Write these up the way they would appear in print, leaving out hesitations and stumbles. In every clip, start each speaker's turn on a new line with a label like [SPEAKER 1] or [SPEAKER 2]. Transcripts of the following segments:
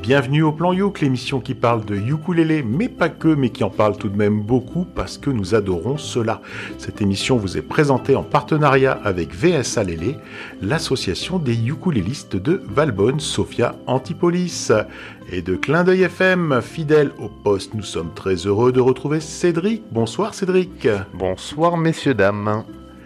[SPEAKER 1] Bienvenue au Plan Youk, l'émission qui parle de ukulélé, mais pas que, mais qui en parle tout de même beaucoup parce que nous adorons cela. Cette émission vous est présentée en partenariat avec VSA Lélé, l'association des ukulélistes de Valbonne, Sophia Antipolis. Et de Clin d'œil FM, fidèle au poste, nous sommes très heureux de retrouver Cédric. Bonsoir Cédric.
[SPEAKER 2] Bonsoir messieurs, dames.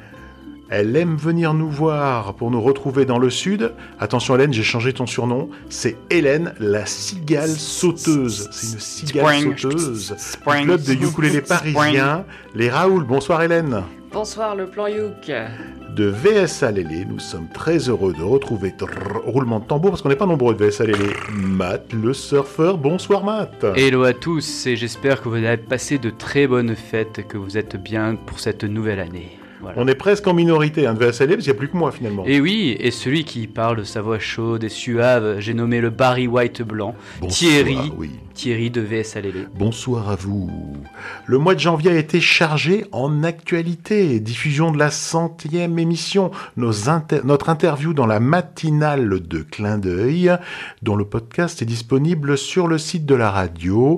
[SPEAKER 1] Elle aime venir nous voir pour nous retrouver dans le sud. Attention Hélène, j'ai changé ton surnom. C'est Hélène, la cigale sauteuse. C'est une cigale sauteuse du club de ukulélé parisien, les Raoul. Bonsoir Hélène.
[SPEAKER 3] Bonsoir le Plan Youk.
[SPEAKER 1] De VSA Lélé, nous sommes très heureux de retrouver, roulement de tambour, parce qu'on n'est pas nombreux de VSA Lélé, Matt le surfeur. Bonsoir Matt.
[SPEAKER 4] Hello à tous, et j'espère que vous avez passé de très bonnes fêtes et que vous êtes bien pour cette nouvelle année. Voilà.
[SPEAKER 1] On est presque en minorité de VSA Lélé, parce qu'il n'y a plus que moi finalement.
[SPEAKER 4] Et oui, et celui qui parle de sa voix chaude et suave, j'ai nommé le Barry White blanc,
[SPEAKER 1] Bonsoir,
[SPEAKER 4] Thierry de VSA Lélé.
[SPEAKER 1] Bonsoir à vous. Le mois de janvier a été chargé en actualité. Diffusion de la 100e émission, notre interview dans la matinale de Clin d'œil, dont le podcast est disponible sur le site de la radio,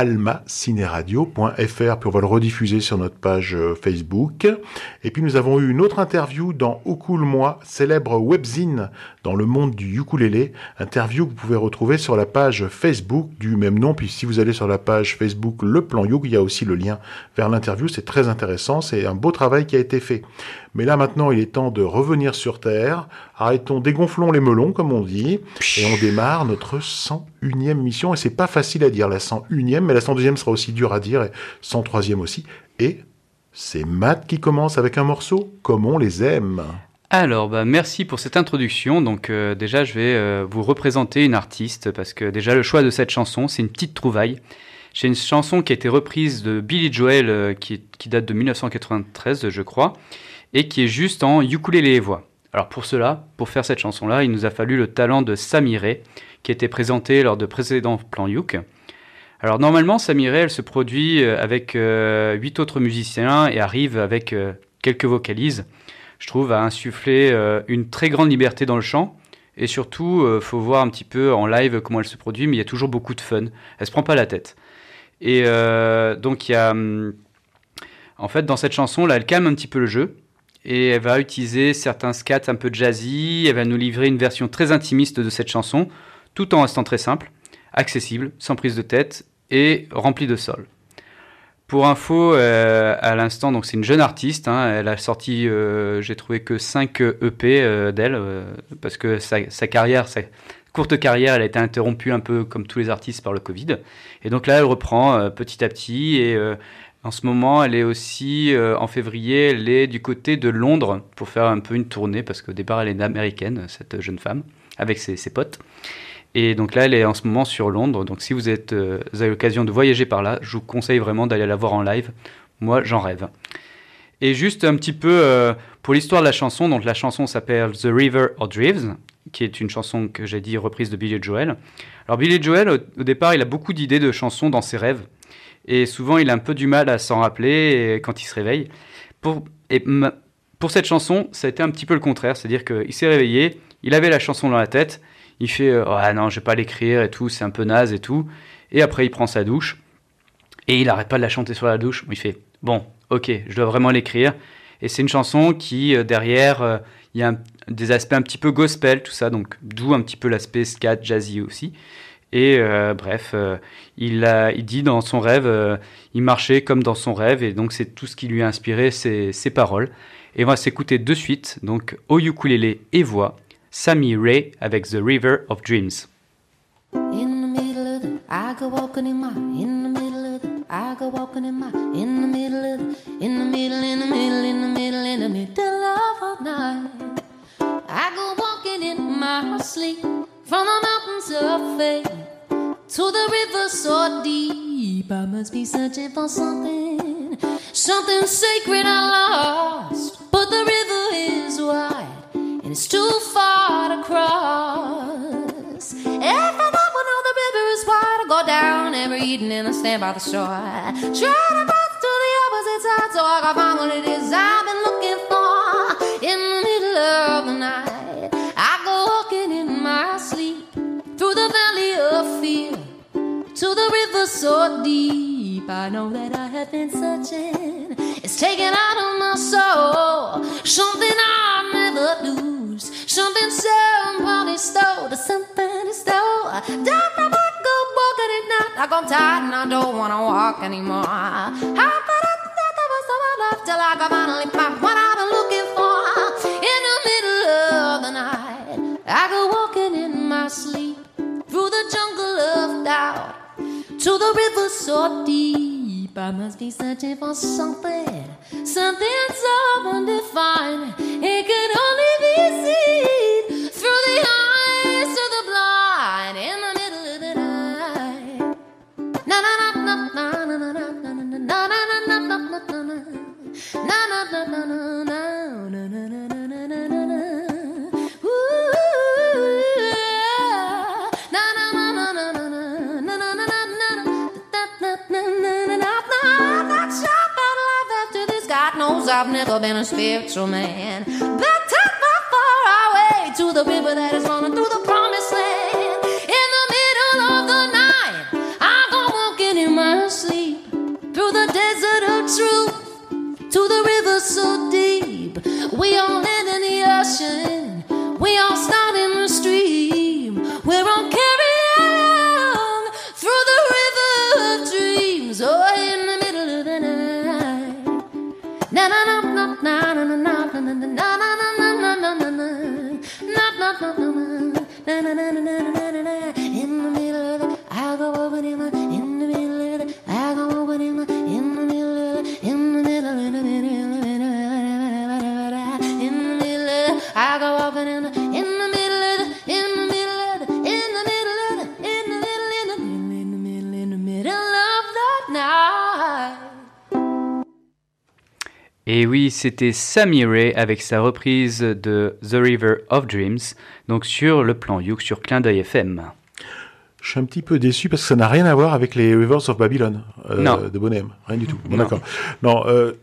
[SPEAKER 1] almacineradio.fr, puis on va le rediffuser sur notre page Facebook. Et puis nous avons eu une autre interview dans Ukul Moi, célèbre webzine dans le monde du ukulélé, interview que vous pouvez retrouver sur la page Facebook du même nom, puis si vous allez sur la page Facebook Le Plan Youk, il y a aussi le lien vers l'interview, c'est très intéressant, c'est un beau travail qui a été fait. Mais là maintenant, il est temps de revenir sur Terre, dégonflons les melons comme on dit, et on démarre notre 101e mission, et c'est pas facile à dire la 101e, mais la 102e sera aussi dure à dire, et 103e aussi, et c'est Matt qui commence avec un morceau comme on les aime.
[SPEAKER 4] Alors, merci pour cette introduction. Donc déjà, je vais vous représenter une artiste parce que déjà le choix de cette chanson, c'est une petite trouvaille. C'est une chanson qui a été reprise de Billy Joel qui date de 1993, je crois, et qui est juste en ukulélé et voix. Alors pour faire cette chanson-là, il nous a fallu le talent de Sammy Ray, qui a été présenté lors de précédents Plans Youk. Alors normalement, Sammy Ray, elle se produit avec 8 autres musiciens et arrive avec quelques vocalises. Je trouve à insuffler une très grande liberté dans le chant. Et surtout, faut voir un petit peu en live comment elle se produit, mais il y a toujours beaucoup de fun. Elle se prend pas la tête. Et donc il y a... en fait, dans cette chanson, là, elle calme un petit peu le jeu. Et elle va utiliser certains scats un peu jazzy. Elle va nous livrer une version très intimiste de cette chanson, tout en restant très simple, accessible, sans prise de tête et remplie de sol. Pour info, à l'instant, donc c'est une jeune artiste. Elle a sorti, j'ai trouvé que 5 EP d'elle, parce que sa courte carrière, elle a été interrompue un peu comme tous les artistes par le Covid. Et donc là, elle reprend petit à petit. Et en ce moment, elle est aussi, en février, elle est du côté de Londres pour faire un peu une tournée, parce qu'au départ, elle est américaine, cette jeune femme, avec ses potes. Et donc là, elle est en ce moment sur Londres. Donc si vous avez l'occasion de voyager par là, je vous conseille vraiment d'aller la voir en live. Moi, j'en rêve. Et juste un petit peu pour l'histoire de la chanson. Donc la chanson s'appelle The River of Dreams, qui est une chanson que j'ai dit reprise de Billy Joel. Alors Billy Joel, au départ, il a beaucoup d'idées de chansons dans ses rêves. Et souvent, il a un peu du mal à s'en rappeler quand il se réveille. Pour cette chanson, ça a été un petit peu le contraire. C'est-à-dire qu'il s'est réveillé, il avait la chanson dans la tête. Il fait « non, je vais pas l'écrire et tout, c'est un peu naze et tout ». Et après, il prend sa douche et il arrête pas de la chanter sur la douche. Il fait « bon, ok, je dois vraiment l'écrire ». Et c'est une chanson qui, derrière, il y a des aspects un petit peu gospel, tout ça, donc d'où un petit peu l'aspect scat, jazzy aussi. Et bref, il dit dans son rêve, il marchait comme dans son rêve, et donc c'est tout ce qui lui a inspiré ses paroles. Et on va s'écouter de suite, donc au ukulélé et voix, Sammy Ray avec The River of Dreams.
[SPEAKER 5] In the middle of the, I go walking in my, in the middle of the, I go walking in my, in the middle of the, in the middle, in the middle, in the middle, in the middle of the night. I go walking in my sleep from the mountains of fame to the river so deep. I must be searching for something, something sacred I lost, but the river is wide. And it's too far to cross. If I thought we know the river is wide, I go down every evening and I stand by the shore. Try to cross to the opposite side so I can find what it is I've been looking for. In the middle of the night, I go walking in my sleep through the valley of fear. so deep. I know that I have been searching. It's taken out of my soul. Something I'll never lose. Something somebody stole. Somebody stole. Don't know what go walking at night. Like I'm tired and I don't wanna walk anymore. How about I was so I love till I can finally find what I've been looking for. In the middle of the night, I go walking in my sleep through the jungle of doubt to the river so deep. I must be searching for something, something so undefined. It can only be seen through the eyes of the blind. In the middle of the night, na na na na na na na na na na na na na na na. Na na na na na na na na na na na na na. Ooh, na na na na na na na na na na na. Na na na na na. Not sure about life after this. God knows I've never been a spiritual man. But take me far away to the river that is running through the promised land. In the middle of the night, I go walking in my sleep through the desert of truth. To the river so deep, we all land in the ocean, we all start in the stream, we're all carried along through the river of dreams. Oh, in the middle of the night, na na na na na na na na na na na na na na na na. In the middle of the, I go over in the, in the middle of the, I go over in the, in the middle of the, in the middle of the, I go walking in the middle of the, in the middle of the, in the middle of the, in the middle, in the middle, in the middle, in the middle of the night.
[SPEAKER 4] Et oui, c'était Sammy Ray avec sa reprise de The River of Dreams, donc sur le plan Youk, sur Clin d'œil FM.
[SPEAKER 1] Je suis un petit peu déçu parce que ça n'a rien à voir avec les Rivers of Babylon de Boney M. Rien du tout. Bon, d'accord. Non,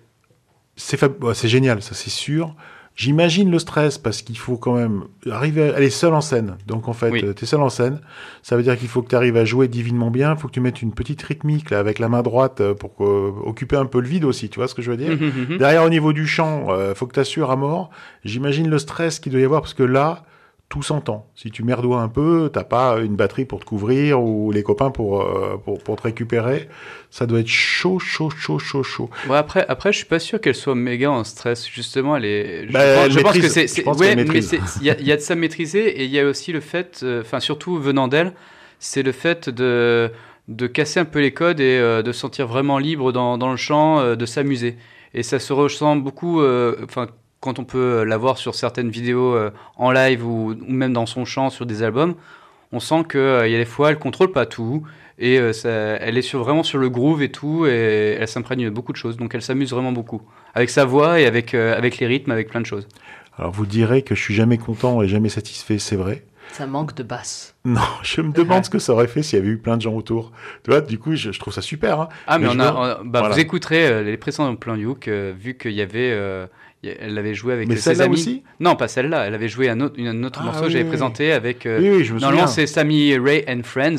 [SPEAKER 1] c'est génial, ça c'est sûr. J'imagine le stress parce qu'il faut quand même arriver. Elle est seule en scène, donc en fait, t'es seule en scène. Ça veut dire qu'il faut que tu arrives à jouer divinement bien. Il faut que tu mettes une petite rythmique là avec la main droite pour occuper un peu le vide aussi. Tu vois ce que je veux dire? Derrière, au niveau du chant, faut que tu assures à mort. J'imagine le stress qu'il doit y avoir parce que là, tout s'entend. Si tu merdois un peu, t'as pas une batterie pour te couvrir ou les copains pour te récupérer. Ça doit être chaud.
[SPEAKER 4] Bon, après, je suis pas sûr qu'elle soit méga en stress. Justement, elle est.
[SPEAKER 1] Je
[SPEAKER 4] pense que c'est. Ouais, mais il y a de ça maîtriser et il y a aussi le fait, enfin surtout venant d'elle, c'est le fait de casser un peu les codes et de se sentir vraiment libre dans le chant, de s'amuser. Et ça se ressent beaucoup. Enfin. Quand on peut la voir sur certaines vidéos en live ou même dans son chant sur des albums, on sent qu'il y a des fois, elle contrôle pas tout et elle est vraiment sur le groove et tout, et elle s'imprègne de beaucoup de choses. Donc elle s'amuse vraiment beaucoup avec sa voix et avec les rythmes, avec plein de choses.
[SPEAKER 1] Alors vous direz que je suis jamais content et jamais satisfait, c'est vrai.
[SPEAKER 3] Ça manque de basse.
[SPEAKER 1] Non, je me demande ce que ça aurait fait s'il y avait eu plein de gens autour. Tu vois, du coup, je trouve ça super. Hein.
[SPEAKER 4] Ah, mais voilà. Vous écouterez les précédents plans Youk, vu qu'il y avait... elle avait joué avec ses amis. Aussi non, pas celle-là. Elle avait joué un autre morceau que j'avais présenté avec...
[SPEAKER 1] oui, je me souviens.
[SPEAKER 4] Normalement, c'est Sammy Ray and Friends.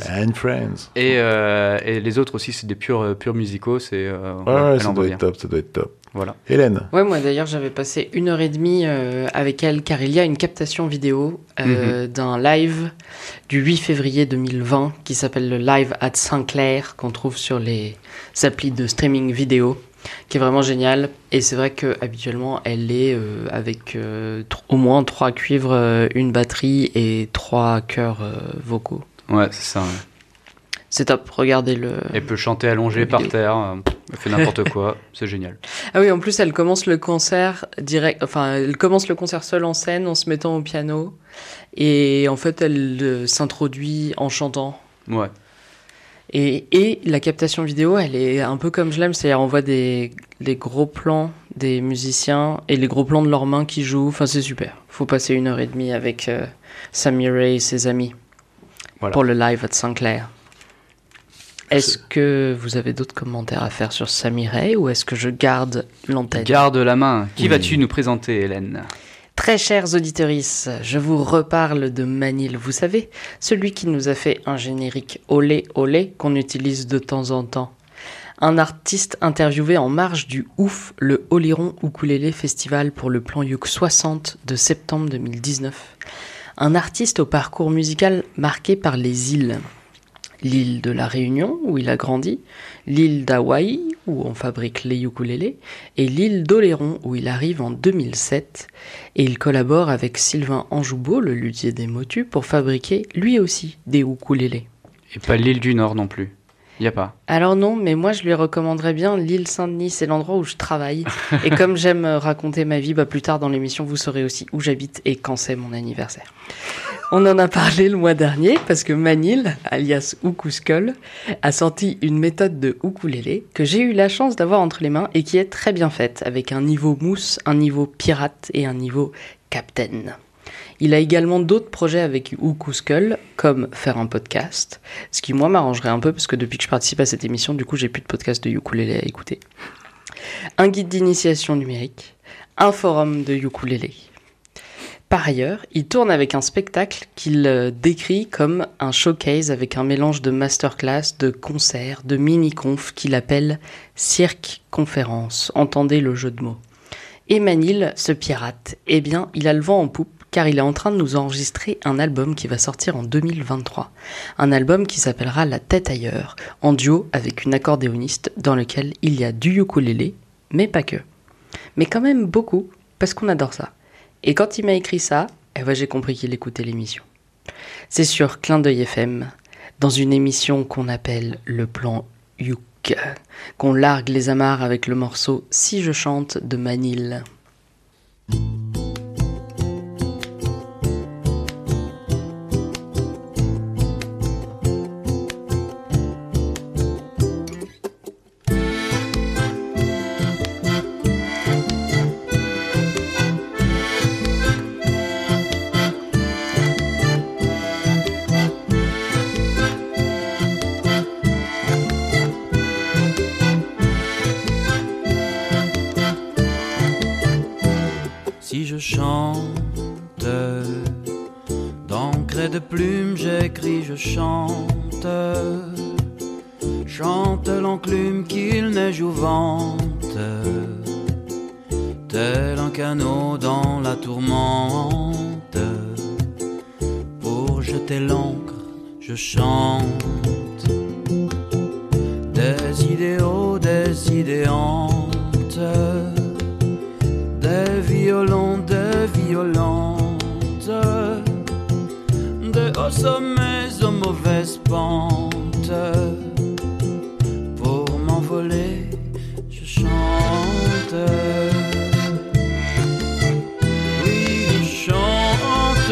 [SPEAKER 1] Et
[SPEAKER 4] les autres aussi, c'est des purs musicaux.
[SPEAKER 1] Ça doit être top.
[SPEAKER 4] Voilà.
[SPEAKER 1] Hélène.
[SPEAKER 3] Ouais, moi d'ailleurs, j'avais passé 1h30 avec elle, car il y a une captation vidéo d'un live du 8 février 2020 qui s'appelle le Live at Saint-Clair, qu'on trouve sur les applis de streaming vidéo, qui est vraiment génial. Et c'est vrai qu'habituellement, elle est avec au moins 3 cuivres, une batterie et 3 chœurs vocaux.
[SPEAKER 4] Ouais, c'est ça. Ouais.
[SPEAKER 3] C'est top, regardez-le.
[SPEAKER 4] Elle peut chanter allongée par terre, elle fait n'importe quoi, c'est génial.
[SPEAKER 3] Ah oui, en plus, elle commence le concert seule en scène en se mettant au piano. Et en fait, elle s'introduit en chantant.
[SPEAKER 4] Ouais.
[SPEAKER 3] Et la captation vidéo, elle est un peu comme je l'aime, c'est-à-dire on voit les gros plans des musiciens et les gros plans de leurs mains qui jouent. Enfin, c'est super. Faut passer 1h30 avec Sammy Ray et ses amis pour le live à Saint-Clair. Est-ce que vous avez d'autres commentaires à faire sur Sammy Ray ou est-ce que je garde l'antenne ?
[SPEAKER 4] Garde la main. Qui vas-tu nous présenter, Hélène ?
[SPEAKER 3] Très chers auditorices, je vous reparle de Manil, vous savez, celui qui nous a fait un générique olé olé qu'on utilise de temps en temps. Un artiste interviewé en marge du OUF, le Oléron Ukulélé Festival pour le plan Youk 60 de septembre 2019. Un artiste au parcours musical marqué par les îles. L'île de la Réunion, où il a grandi, l'île d'Hawaï, où on fabrique les ukulélés, et l'île d'Oléron, où il arrive en 2007. Et il collabore avec Sylvain Anjoubeau, le luthier des Motus, pour fabriquer lui aussi des ukulélés.
[SPEAKER 4] Et pas l'île du Nord non plus. Il n'y a pas.
[SPEAKER 3] Alors non, mais moi je lui recommanderais bien l'île Saint-Denis, c'est l'endroit où je travaille. Et comme j'aime raconter ma vie, plus tard dans l'émission, vous saurez aussi où j'habite et quand c'est mon anniversaire. On en a parlé le mois dernier parce que Manil, alias Ukuskul, a sorti une méthode de ukulélé que j'ai eu la chance d'avoir entre les mains et qui est très bien faite, avec un niveau mousse, un niveau pirate et un niveau captain. Il a également d'autres projets avec Ukuskul, comme faire un podcast, ce qui moi m'arrangerait un peu parce que depuis que je participe à cette émission, du coup j'ai plus de podcast de ukulélé à écouter. Un guide d'initiation numérique, un forum de ukulélé. Par ailleurs, il tourne avec un spectacle qu'il décrit comme un showcase avec un mélange de masterclass, de concerts, de mini-conf qu'il appelle cirque-conférence. Entendez le jeu de mots. Et Manil, ce pirate, eh bien, il a le vent en poupe car il est en train de nous enregistrer un album qui va sortir en 2023. Un album qui s'appellera La tête ailleurs, en duo avec une accordéoniste dans lequel il y a du ukulélé, mais pas que. Mais quand même beaucoup, parce qu'on adore ça. Et quand il m'a écrit ça, j'ai compris qu'il écoutait l'émission. C'est sur Clin d'œil FM, dans une émission qu'on appelle le plan Youk, qu'on largue les amarres avec le morceau Si je chante de Manil.
[SPEAKER 6] Si je chante, d'encre et de plume j'écris, je chante. Chante l'enclume qu'il neige ou vente, tel un canot dans la tourmente. Pour jeter l'encre, je chante. Des idéaux, des idéantes, des violons, des violentes, des hauts sommets aux mauvaises pentes. Pour m'envoler, je chante. Oui, je chante.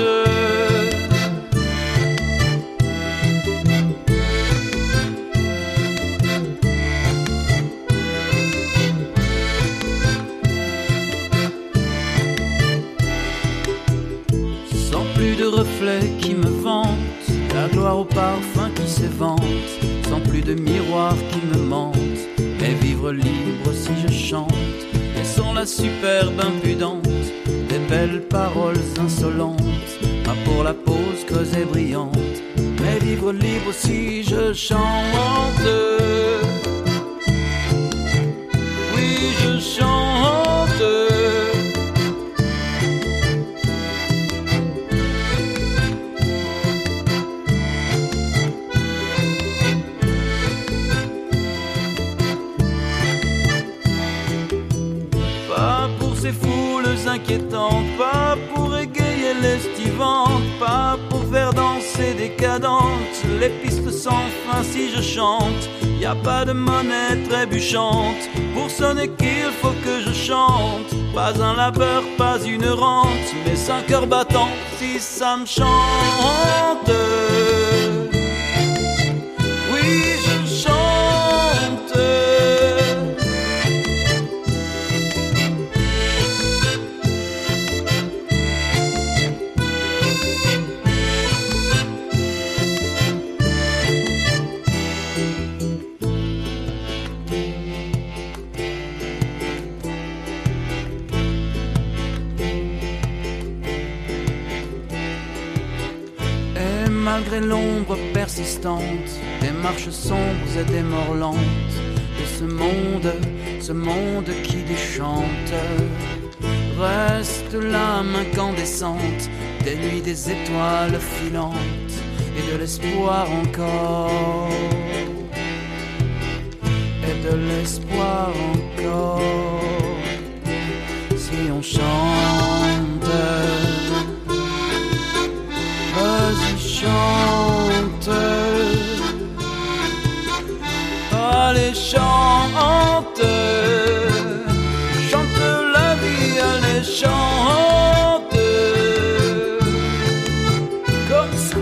[SPEAKER 6] De reflets qui me vantent, la gloire au parfum qui s'évente, sans plus de miroirs qui me mentent, mais vivre libre si je chante, laissant la superbe impudente, des belles paroles insolentes, pas pour la pose creuse et brillante, mais vivre libre si je chante. Oui, je chante. Ces foules inquiétantes, pas pour égayer l'estivante, pas pour faire danser des cadentes, les pistes sans fin si je chante. Y a pas de monnaie trébuchante pour sonner qu'il faut que je chante. Pas un labeur, pas une rente, mais 5 heures battant si ça me chante. Oui, je chante. malgré l'ombre persistante des marches sombres et des morts lentes de ce monde qui déchante, reste l'âme incandescente des nuits, des étoiles filantes et de l'espoir encore, et de l'espoir encore. Si on chante, vas-y chante, allez chante, chante la vie, allez chante, comme ça.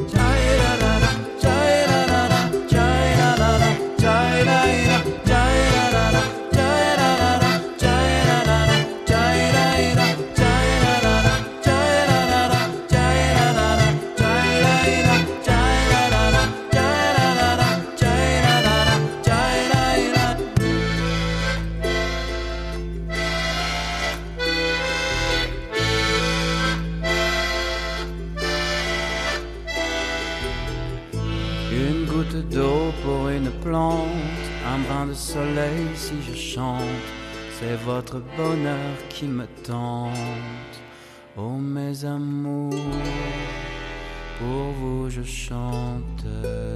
[SPEAKER 6] Une goutte d'eau pour une plante, un brin de soleil si je chante, c'est votre bonheur qui me tente. Oh mes amours, pour vous je chante.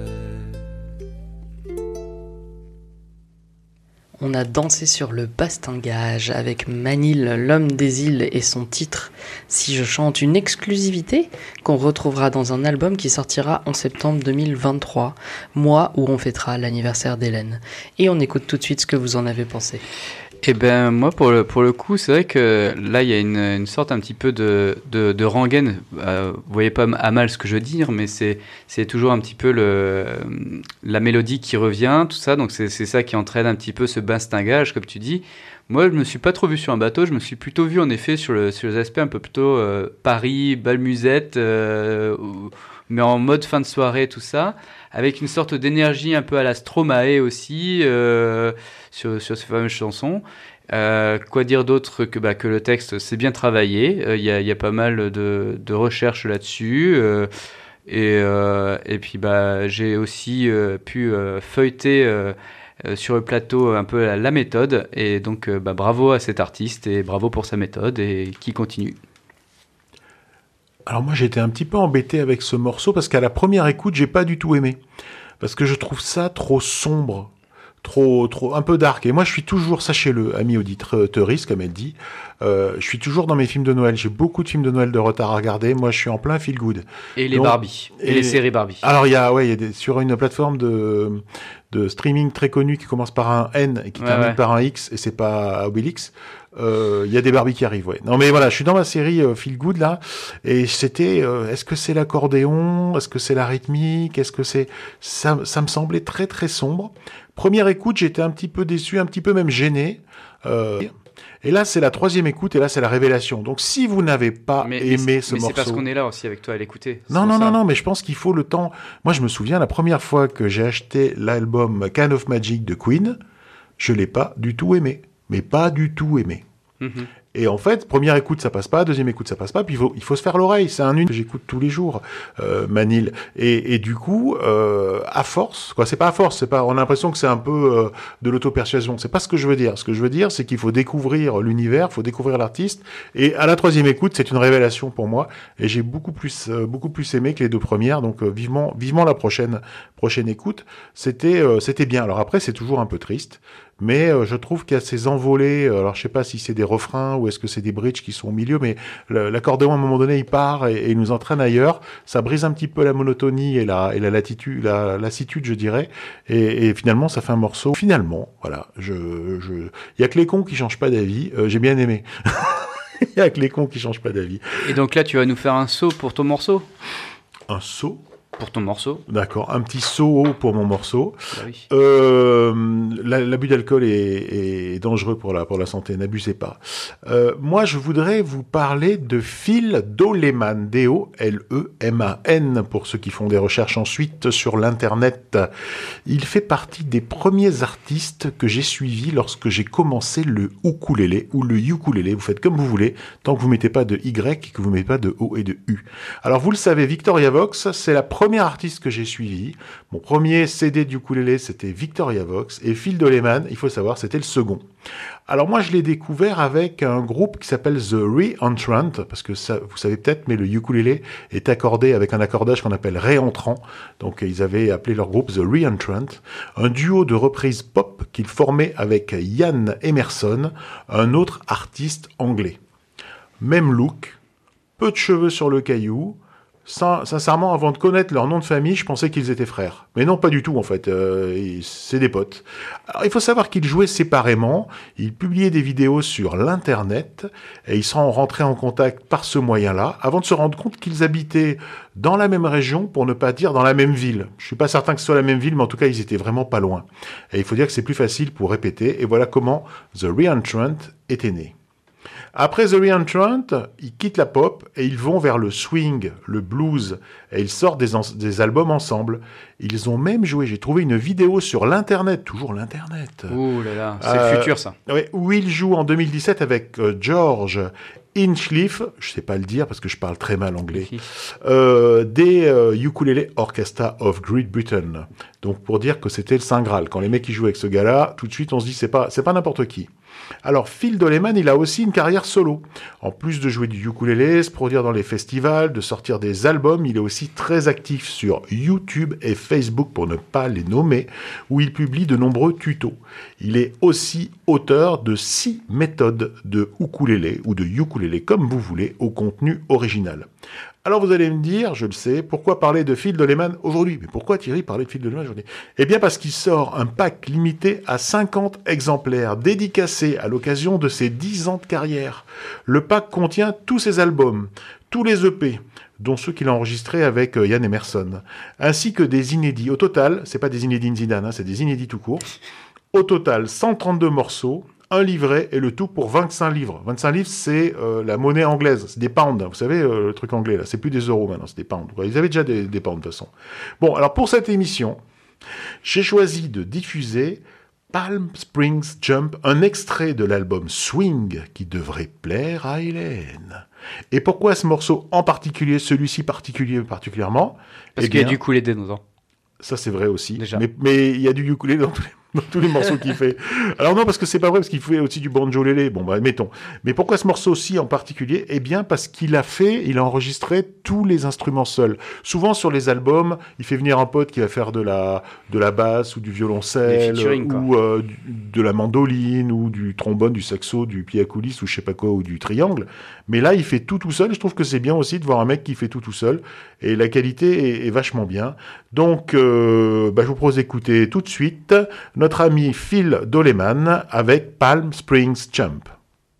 [SPEAKER 3] On a dansé sur le bastingage avec Manil, l'homme des îles, et son titre « Si je chante », une exclusivité qu'on retrouvera dans un album qui sortira en septembre 2023, mois où on fêtera l'anniversaire d'Hélène. Et on écoute tout de suite ce que vous en avez pensé.
[SPEAKER 4] Eh ben moi pour le coup c'est vrai que là il y a une sorte un petit peu de rengaine. Vous voyez pas à mal ce que je veux dire, mais c'est toujours un petit peu la mélodie qui revient, tout ça, donc c'est ça qui entraîne un petit peu ce bastingage comme tu dis. Moi je me suis pas trop vu sur un bateau, je me suis plutôt vu en effet sur les aspects un peu plutôt Paris, bal musette, mais en mode fin de soirée, tout ça, avec une sorte d'énergie un peu à la Stromae aussi sur ces fameuses chansons. Quoi dire d'autre que le texte c'est bien travaillé, il y a pas mal de recherches là-dessus, et puis j'ai aussi pu feuilleter sur le plateau un peu la méthode, et donc bravo à cet artiste et bravo pour sa méthode et qui continue.
[SPEAKER 1] Alors moi j'étais un petit peu embêté avec ce morceau parce qu'à la première écoute j'ai pas du tout aimé, parce que je trouve ça trop sombre, trop un peu dark. Et moi je suis toujours, sachez-le, ami auditrice comme elle dit, je suis toujours dans mes films de Noël. J'ai beaucoup de films de Noël de retard à regarder. Moi je suis en plein feel good.
[SPEAKER 4] Et les Barbie et les séries Barbie.
[SPEAKER 1] Alors il y a sur une plateforme de streaming très connue qui commence par un N et qui termine par un X, et c'est pas Obélix. Il y a des Barbie qui arrivent, ouais. Non mais voilà, je suis dans ma série Feel Good là, et c'était est-ce que c'est l'accordéon, est-ce que c'est la rythmique, est-ce que c'est ça me semblait très très sombre. Première écoute, j'étais un petit peu déçu, un petit peu même gêné. Et là, c'est la troisième écoute, et là, c'est la révélation. Donc, si vous n'avez pas aimé ce morceau...
[SPEAKER 4] Mais c'est parce qu'on est là aussi avec toi à l'écouter.
[SPEAKER 1] Non, mais je pense qu'il faut le temps. Moi, je me souviens, la première fois que j'ai acheté l'album Kind of Magic de Queen, je l'ai pas du tout aimé. Mais pas du tout aimé. Mm-hmm. Et en fait, première écoute, ça passe pas, deuxième écoute, ça passe pas, puis il faut se faire l'oreille. C'est un que j'écoute tous les jours, Manil. Et du coup, à force, c'est pas à force, on a l'impression que c'est un peu de l'auto-persuasion. C'est pas ce que je veux dire. Ce que je veux dire, c'est qu'il faut découvrir l'univers, il faut découvrir l'artiste. Et à la troisième écoute, c'est une révélation pour moi. Et j'ai beaucoup plus aimé que les deux premières. Donc, vivement la prochaine écoute. C'était bien. Alors après, c'est toujours un peu triste. Mais je trouve qu'il y a ces envolées, alors je sais pas si c'est des refrains ou est-ce que c'est des bridges qui sont au milieu, mais l'accordéon à un moment donné il part et il nous entraîne ailleurs, ça brise un petit peu la monotonie et la lassitude je dirais, et finalement ça fait un morceau, finalement, voilà, il y a que les cons qui changent pas d'avis, j'ai bien aimé. Il y a que les cons qui changent pas d'avis.
[SPEAKER 4] Et donc là tu vas nous faire un saut pour ton morceau?
[SPEAKER 1] Un saut?
[SPEAKER 4] Pour ton morceau.
[SPEAKER 1] D'accord, un petit saut pour mon morceau.
[SPEAKER 4] Bah oui.
[SPEAKER 1] L'abus d'alcool est dangereux pour la santé, n'abusez pas. Moi, je voudrais vous parler de Phil Doleman, D-O-L-E-M-A-N, pour ceux qui font des recherches ensuite sur l'internet. Il fait partie des premiers artistes que j'ai suivis lorsque j'ai commencé le ukulélé, ou le ukulélé, vous faites comme vous voulez, tant que vous mettez pas de Y et que vous mettez pas de O et de U. Alors, vous le savez, Victoria Vox, c'est la premier artiste que j'ai suivi. Mon premier CD de ukulélé, c'était Victoria Vox, et Phil Dolleman, il faut savoir, c'était le second. Alors moi, je l'ai découvert avec un groupe qui s'appelle The Re-Entrant, parce que ça, vous savez peut-être, mais le ukulélé est accordé avec un accordage qu'on appelle réentrant. Donc ils avaient appelé leur groupe The Re-Entrant, un duo de reprises pop qu'ils formaient avec Ian Emerson, un autre artiste anglais. Même look, peu de cheveux sur le caillou. Sincèrement, avant de connaître leur nom de famille, je pensais qu'ils étaient frères. Mais non, pas du tout, en fait. C'est des potes. Alors, il faut savoir qu'ils jouaient séparément. Ils publiaient des vidéos sur l'Internet. Et ils sont rentrés en contact par ce moyen-là, avant de se rendre compte qu'ils habitaient dans la même région, pour ne pas dire dans la même ville. Je suis pas certain que ce soit la même ville, mais en tout cas, ils étaient vraiment pas loin. Et il faut dire que c'est plus facile pour répéter. Et voilà comment The Re-Entrant était né. Après The Re-Entrant, ils quittent la pop et ils vont vers le swing, le blues, et ils sortent des albums ensemble. Ils ont même joué, j'ai trouvé une vidéo sur l'Internet, toujours l'Internet.
[SPEAKER 4] Ouh là là, c'est le futur ça.
[SPEAKER 1] Ouais, où ils jouent en 2017 avec George Hinchcliffe, je sais pas le dire parce que je parle très mal anglais, des Ukulele Orchestra of Great Britain. Donc pour dire que c'était le Saint Graal. Quand les mecs qui jouent avec ce gars-là, tout de suite on se dit c'est pas n'importe qui. Alors Phil Dolleman, il a aussi une carrière solo. En plus de jouer du ukulélé, se produire dans les festivals, de sortir des albums, il est aussi très actif sur YouTube et Facebook, pour ne pas les nommer, où il publie de nombreux tutos. Il est aussi auteur de 6 méthodes de ukulélé, ou de ukulélé comme vous voulez, au contenu original. Alors vous allez me dire, je le sais, pourquoi parler de Phil Dolleman aujourd'hui ? Mais pourquoi Thierry parler de Phil Dolleman aujourd'hui ? Eh bien parce qu'il sort un pack limité à 50 exemplaires, dédicacé à l'occasion de ses 10 ans de carrière. Le pack contient tous ses albums, tous les EP, dont ceux qu'il a enregistrés avec Ian Emerson, ainsi que des inédits. Au total, c'est pas des inédits Zidane, hein, c'est des inédits tout court. Au total, 132 morceaux, un livret et le tout pour 25 livres. 25 livres, c'est la monnaie anglaise, c'est des pounds. Vous savez, le truc anglais, là, c'est plus des euros maintenant, c'est des pounds. Ils avaient déjà des pounds de toute façon. Bon, alors pour cette émission, j'ai choisi de diffuser Palm Springs Jump, un extrait de l'album Swing qui devrait plaire à Hélène. Et pourquoi ce morceau en particulier, celui-ci particulièrement ?
[SPEAKER 4] Parce qu'il y a du ukulélé dedans.
[SPEAKER 1] Ça, c'est vrai aussi.
[SPEAKER 4] Déjà.
[SPEAKER 1] Mais il y a du ukulélé dans tous les morceaux qu'il fait. Alors non, parce que c'est pas vrai, parce qu'il fait aussi du banjo-lélé. Bon, bah, mettons. Mais pourquoi ce morceau-ci en particulier ? Eh bien, parce qu'il a enregistré tous les instruments seul. Souvent, sur les albums, il fait venir un pote qui va faire de la basse, ou du violoncelle, ou de la mandoline, ou du trombone, du saxo, du pied à coulisses, ou je sais pas quoi, ou du triangle. Mais là, il fait tout seul. Je trouve que c'est bien aussi de voir un mec qui fait tout seul. Et la qualité est vachement bien. Donc, je vous propose d'écouter tout de suite notre ami Phil Dolleman avec Palm Springs Jump.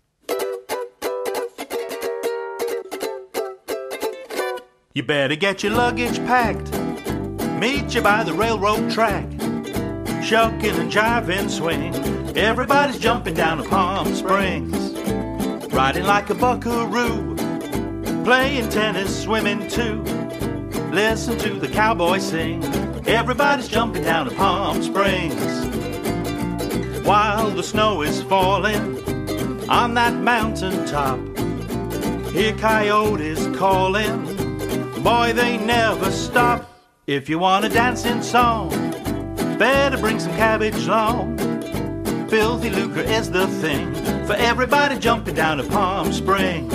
[SPEAKER 6] You better get your luggage packed, meet you by the railroad track, shucking and jiving swing, everybody's jumping down to Palm Springs, riding like a buckaroo, playing tennis, swimming too, listen to the cowboys sing, everybody's jumping down to Palm Springs. While the snow is falling on that mountain top, hear coyotes calling, boy they never stop. If you want a dancing song, better bring some cabbage long. Filthy lucre is the thing for everybody jumping down to Palm Springs.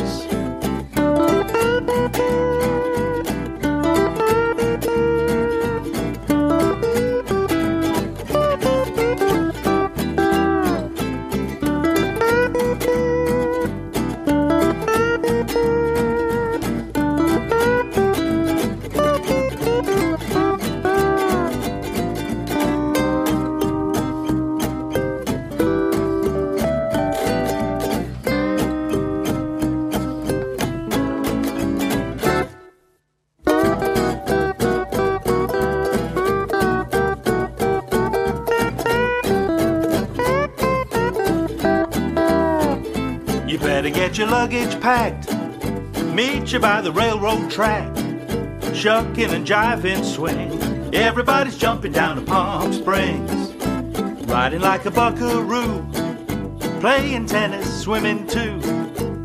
[SPEAKER 6] Get your luggage packed, meet you by the railroad track, shucking and jiving swing, everybody's jumping down to Palm Springs, riding like a buckaroo, playing tennis, swimming too,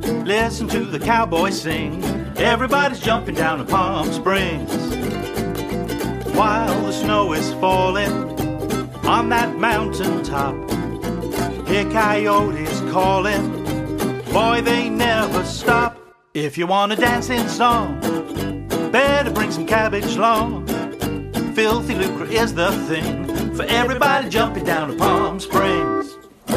[SPEAKER 6] listen to the cowboys sing, everybody's jumping down to Palm Springs. while the snow is falling on that mountain top. Hear coyotes calling, boy, they never stop. If you want a dancing song, better bring some cabbage long. Filthy lucre is the thing for everybody jumping down to Palm Springs.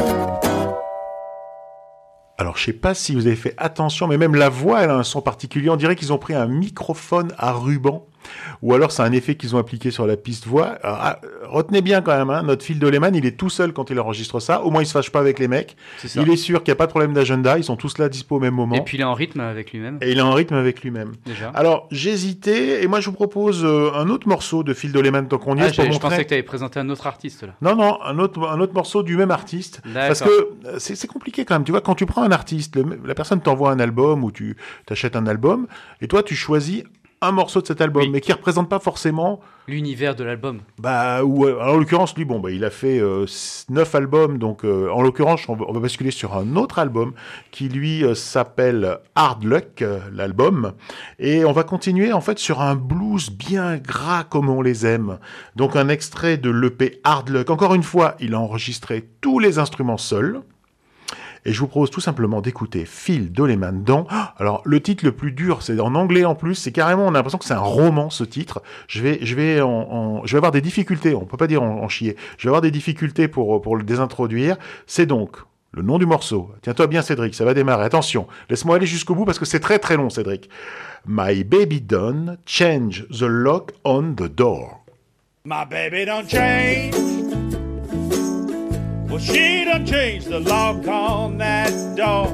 [SPEAKER 1] Alors, je sais pas si vous avez fait attention, mais même la voix, elle a un son particulier. On dirait qu'ils ont pris un microphone à ruban. Ou alors, c'est un effet qu'ils ont appliqué sur la piste voix. Alors, retenez bien quand même, notre Phil Dolleman, il est tout seul quand il enregistre ça. Au moins, il se fâche pas avec les mecs. Il est sûr qu'il n'y a pas de problème d'agenda. Ils sont tous là, dispo au même moment.
[SPEAKER 4] Et puis, il est en rythme avec lui-même.
[SPEAKER 1] Et il est en rythme avec lui-même.
[SPEAKER 4] Déjà.
[SPEAKER 1] Alors, j'hésitais. Et moi, je vous propose un autre morceau de Phil Dolleman, tant qu'on y est.
[SPEAKER 4] Je pensais que tu avais présenté un autre artiste, là.
[SPEAKER 1] Non, un autre morceau du même artiste.
[SPEAKER 4] D'accord.
[SPEAKER 1] Parce que c'est compliqué quand même. Tu vois, quand tu prends un artiste, la personne t'envoie un album ou tu t'achètes un album, et toi, tu choisis un morceau de cet album, mais qui représente pas forcément
[SPEAKER 4] l'univers de l'album.
[SPEAKER 1] Alors, en l'occurrence, lui, il a fait 9 albums, donc en l'occurrence, on va basculer sur un autre album qui lui s'appelle Hard Luck, l'album, et on va continuer en fait sur un blues bien gras comme on les aime. Donc un extrait de l'EP Hard Luck. Encore une fois, il a enregistré tous les instruments seul. Et je vous propose tout simplement d'écouter Phil Dolleman dans... Alors, le titre le plus dur, c'est en anglais en plus. C'est carrément, on a l'impression que c'est un roman, ce titre. Je vais avoir des difficultés. On peut pas dire en chier. Je vais avoir des difficultés pour le désintroduire. C'est donc le nom du morceau. Tiens-toi bien, Cédric, ça va démarrer. Attention, laisse-moi aller jusqu'au bout parce que c'est très très long, Cédric. My baby done change the lock on the door.
[SPEAKER 6] My baby don't change. Well, she done changed the lock on that door.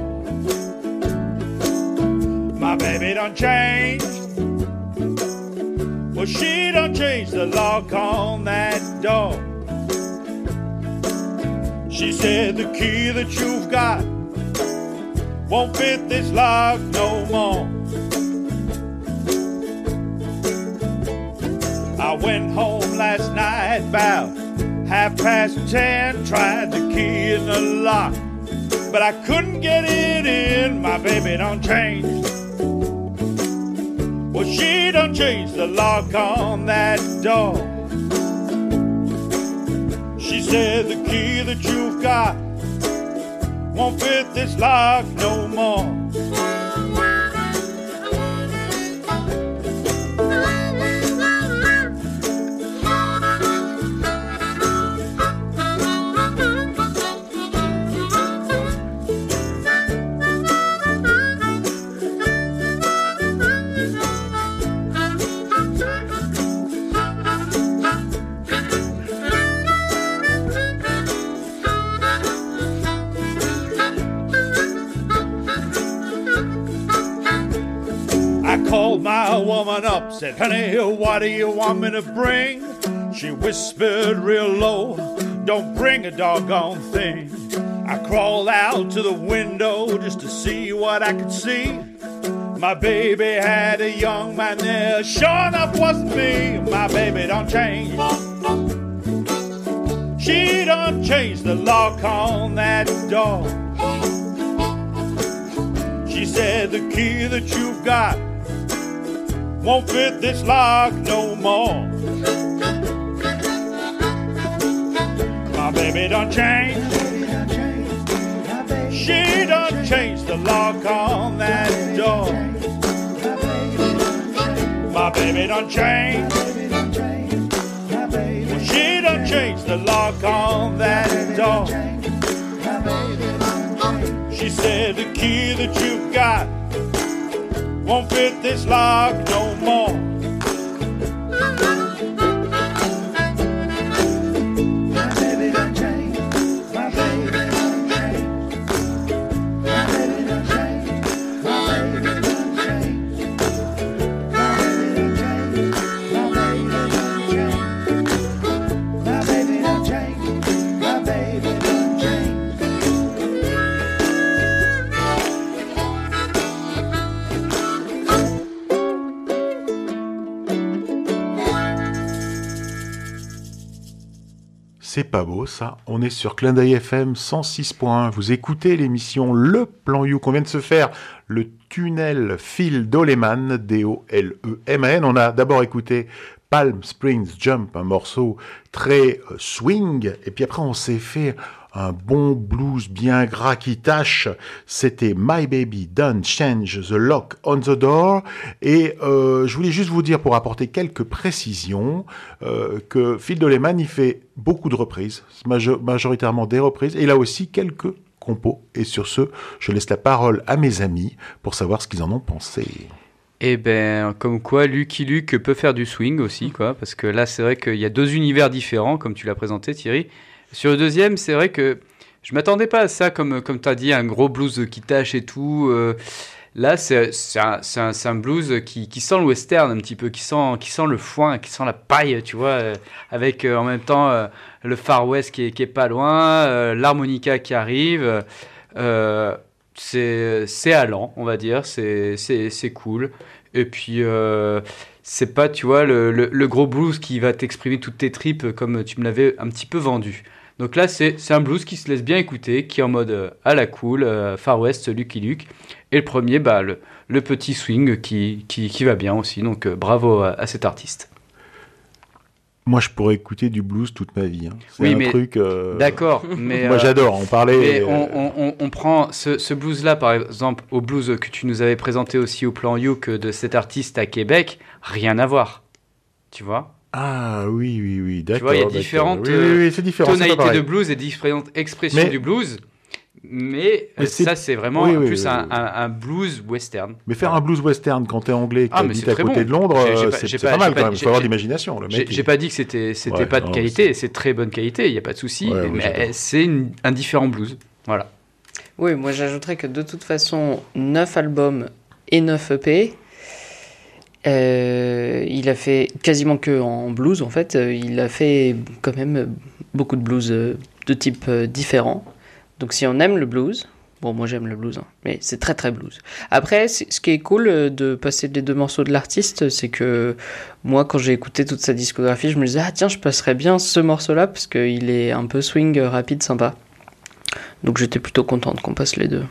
[SPEAKER 6] My baby done changed. Well, she done changed the lock on that door. She said the key that you've got won't fit this lock no more. I went home last night about 10:30, tried the key in the lock, but I couldn't get it in. My baby done changed. Well, she done changed the lock on that door. She said the key that you've got won't fit this lock no more. Called my woman up, said, honey, what do you want me to bring? She whispered real low, don't bring a doggone thing. I crawled out to the window just to see what I could see. My baby had a young man there, sure enough wasn't me. My baby don't change. She done changed the lock on that door. She said the key that you've got won't fit this lock no more. My baby done changed. She done changed the lock on that door. My baby done changed. Well, she done changed the lock on that door. She said the key that you've got won't fit this lock no more. My baby done changed. My baby done changed. My baby done changed. My baby done changed. My baby done changed. My baby done changed. My baby done changed. My baby done changed.
[SPEAKER 1] C'est pas beau ça, on est sur Clin d'œil FM 106.1, vous écoutez l'émission Le Plan You qu'on vient de se faire, le tunnel Phil Dolleman, D-O-L-E-M-A-N. On a d'abord écouté Palm Springs Jump, un morceau très swing, et puis après on s'est fait un bon blues bien gras qui tâche, c'était My Baby Done Change the Lock on the Door, et je voulais juste vous dire, pour apporter quelques précisions, que Phil Dolleman, il fait beaucoup de reprises, majoritairement des reprises, et il a aussi quelques compos, et sur ce, je laisse la parole à mes amis pour savoir ce qu'ils en ont pensé.
[SPEAKER 4] Eh ben, comme quoi, Lucky Luke peut faire du swing aussi, quoi, parce que là, c'est vrai qu'il y a deux univers différents, comme tu l'as présenté, Thierry. Sur le deuxième, c'est vrai que je m'attendais pas à ça, comme tu as dit, un gros blues qui tâche et tout. Là, c'est un blues qui sent le western un petit peu, qui sent le foin, qui sent la paille, tu vois, avec en même temps le Far West qui est pas loin, l'harmonica qui arrive. C'est allant, on va dire, c'est cool. Et puis, c'est pas, tu vois, le gros blues qui va t'exprimer toutes tes tripes comme tu me l'avais un petit peu vendu. Donc là, c'est un blues qui se laisse bien écouter, qui est en mode à la cool, Far West, Lucky Luke. Et le premier, le petit swing qui va bien aussi. Donc bravo à cet artiste.
[SPEAKER 1] Moi, je pourrais écouter du blues toute ma vie. Hein. C'est
[SPEAKER 4] oui,
[SPEAKER 1] un
[SPEAKER 4] mais
[SPEAKER 1] truc.
[SPEAKER 4] D'accord, mais
[SPEAKER 1] moi, j'adore. On parlait.
[SPEAKER 4] Mais on prend ce blues-là, par exemple, au blues que tu nous avais présenté aussi au plan Youk de cet artiste à Québec, rien à voir. Tu vois ?
[SPEAKER 1] Ah oui, d'accord.
[SPEAKER 4] Tu vois, il y a différentes
[SPEAKER 1] c'est différent,
[SPEAKER 4] tonalités de blues et différentes expressions du blues. Mais ça, c'est vraiment un blues western.
[SPEAKER 1] Mais faire un blues western quand t'es anglais et que t'habites à côté de Londres, c'est pas mal quand même. Il faut avoir d'imagination.
[SPEAKER 4] J'ai pas dit que c'était pas de qualité, c'est très bonne qualité, il n'y a pas de souci. Mais c'est un différent blues. Voilà.
[SPEAKER 3] Oui, moi j'ajouterais que de toute façon, 9 albums et 9 EP. Il a fait quasiment que en blues en fait. Il a fait quand même beaucoup de blues de type différents. Donc si on aime le blues, bon moi j'aime le blues, hein, mais c'est très très blues. Après, ce qui est cool de passer les deux morceaux de l'artiste, c'est que moi quand j'ai écouté toute sa discographie, je me disais ah tiens je passerais bien ce morceau-là parce qu'il est un peu swing, rapide, sympa. Donc j'étais plutôt contente qu'on passe les deux.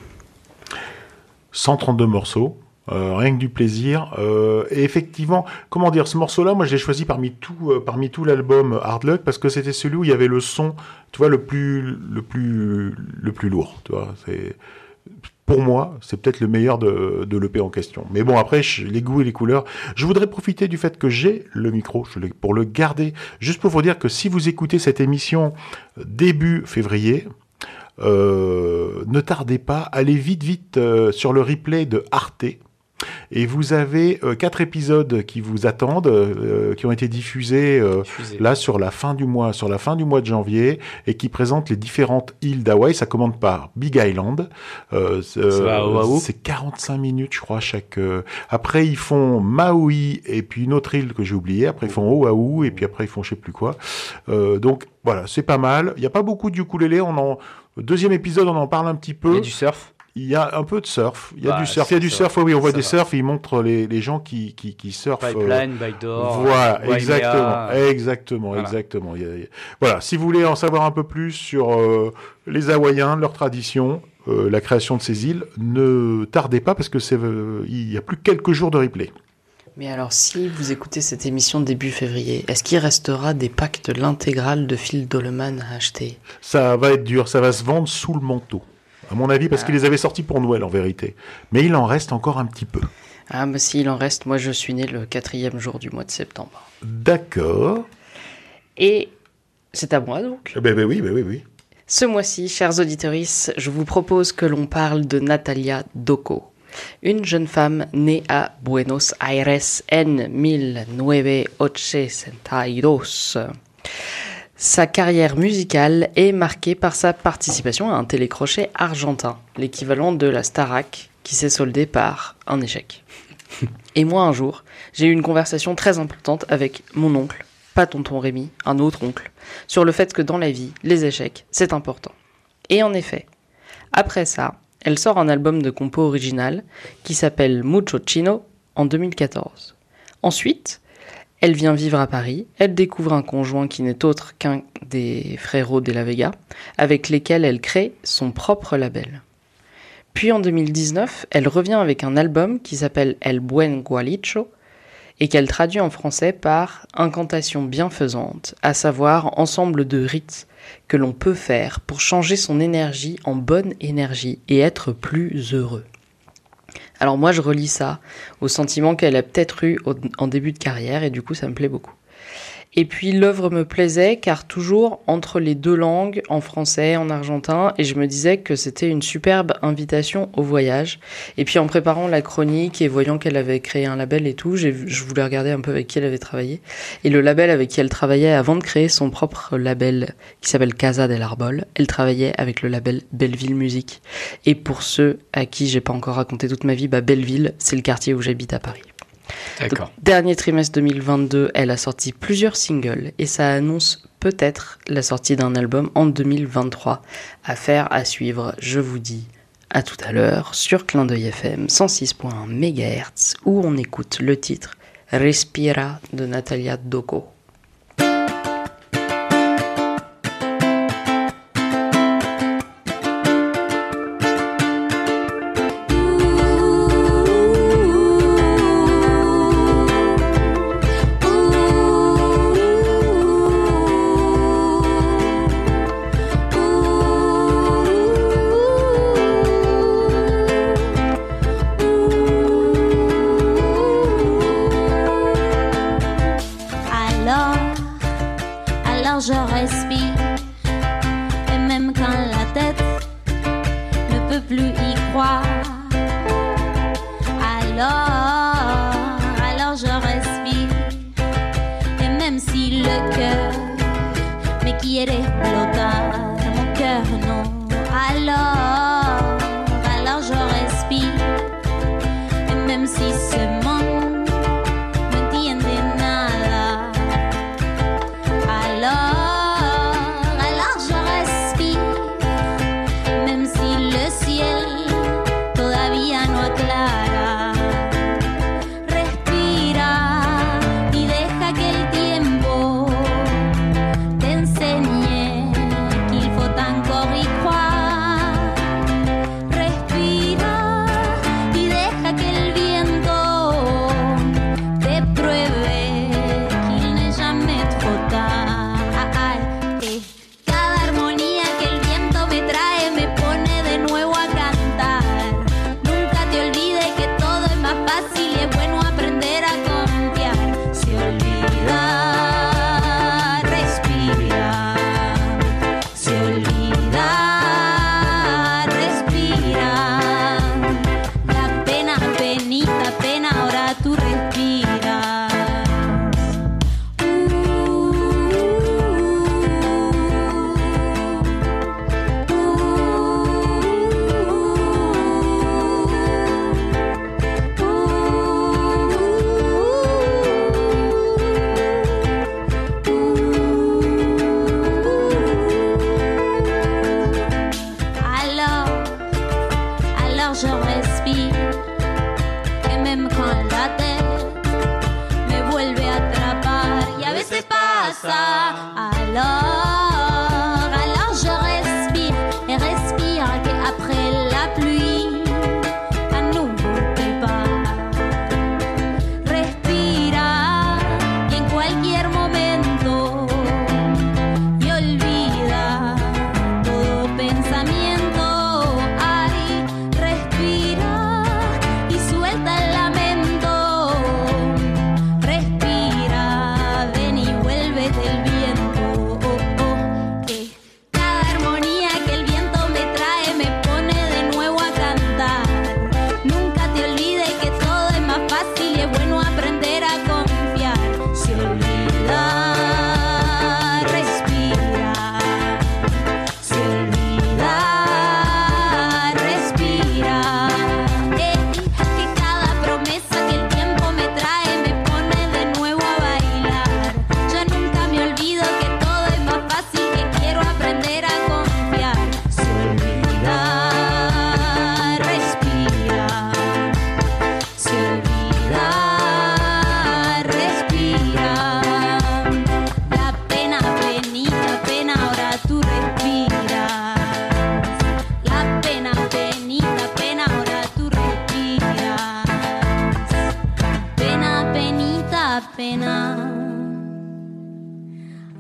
[SPEAKER 1] 132 morceaux. Rien que du plaisir. Et effectivement, comment dire, ce morceau-là, moi je l'ai choisi parmi tout l'album Hard Luck parce que c'était celui où il y avait le son, tu vois, le plus lourd. Tu vois, pour moi, c'est peut-être le meilleur de l'EP en question. Mais bon, après, les goûts et les couleurs. Je voudrais profiter du fait que j'ai le micro pour le garder, juste pour vous dire que si vous écoutez cette émission début février, ne tardez pas, allez vite sur le replay de Arte. Et vous avez 4 épisodes qui vous attendent, qui ont été diffusés là sur la fin du mois de janvier, et qui présentent les différentes îles d'Hawaï. Ça commence par Big Island. C'est 45 minutes, je crois, chaque. Après, ils font Maui et puis une autre île que j'ai oubliée. Après, ils font Oahu et puis après, ils font je sais plus quoi. Donc voilà, c'est pas mal. Il y a pas beaucoup de ukulélé. Deuxième épisode, on en parle un petit peu.
[SPEAKER 4] Il y a du surf.
[SPEAKER 1] Il y a un peu de surf. Il y a du surf. Oui, on voit des surfs et ils montrent les gens qui surfent.
[SPEAKER 4] Pipeline, Backdoor.
[SPEAKER 1] Voilà, exactement. Voilà, si vous voulez en savoir un peu plus sur les Hawaïens, leur tradition, la création de ces îles, ne tardez pas parce que il y a plus que quelques jours de replay.
[SPEAKER 3] Mais alors, si vous écoutez cette émission début février, est-ce qu'il restera des packs de l'intégrale de Phil Dolleman à acheter ?
[SPEAKER 1] Ça va être dur, ça va se vendre sous le manteau. À mon avis, parce qu'il les avait sortis pour Noël, en vérité. Mais il en reste encore un petit peu.
[SPEAKER 3] Ah, mais s'il en reste, moi je suis né le 4e jour du mois de septembre.
[SPEAKER 1] D'accord.
[SPEAKER 3] Et c'est à moi donc ?
[SPEAKER 1] Oui.
[SPEAKER 3] Ce mois-ci, chers auditeurs, je vous propose que l'on parle de Natalia Doco. Une jeune femme née à Buenos Aires en 1982. Sa carrière musicale est marquée par sa participation à un télécrochet argentin, l'équivalent de la Starac, qui s'est soldé par un échec. Et moi, un jour, j'ai eu une conversation très importante avec mon oncle, pas tonton Rémi, un autre oncle, sur le fait que dans la vie, les échecs, c'est important. Et en effet, après ça, elle sort un album de compo original qui s'appelle Mucho Chino en 2014. Ensuite, elle vient vivre à Paris, elle découvre un conjoint qui n'est autre qu'un des frérots de la Vega, avec lesquels elle crée son propre label. Puis en 2019, elle revient avec un album qui s'appelle El Buen Gualicho, et qu'elle traduit en français par incantation bienfaisante, à savoir ensemble de rites que l'on peut faire pour changer son énergie en bonne énergie et être plus heureux. Alors moi je relis ça au sentiment qu'elle a peut-être eu en début de carrière et du coup ça me plaît beaucoup. Et puis l'œuvre me plaisait car toujours entre les deux langues, en français, en argentin, et je me disais que c'était une superbe invitation au voyage. Et puis en préparant la chronique et voyant qu'elle avait créé un label et tout, je voulais regarder un peu avec qui elle avait travaillé. Et le label avec qui elle travaillait avant de créer son propre label qui s'appelle Casa del Arbol, elle travaillait avec le label Belleville Music. Et pour ceux à qui j'ai pas encore raconté toute ma vie, Belleville, c'est le quartier où j'habite à Paris.
[SPEAKER 4] D'accord.
[SPEAKER 3] Donc, dernier trimestre 2022, elle a sorti plusieurs singles et ça annonce peut-être la sortie d'un album en 2023. Affaire à suivre, je vous dis à tout à l'heure sur Clin d'œil FM 106.1 MHz où on écoute le titre Respira de Natalia Doco.
[SPEAKER 5] Je respire, et même quand la tête ne peut plus y croire, alors je respire, et même si le cœur me quiere explotar, mon cœur non, alors je respire, et même si ce monde no entiende nada, alors je respire, même si le ciel todavía no aclara. Respira y deja que el tiempo te enseñe qu'il faut encore y croire. Respira y deja que el viento te pruebe qu'il n'est jamais trop tard. Alors je respire et respire qu'après la pluie, à nouveau tu pars. Respira y en cualquier momento y olvida todo pensamiento. Ay, respira y suelta el lamento. Respira, ven y vuélvete el viento. Oh, oh.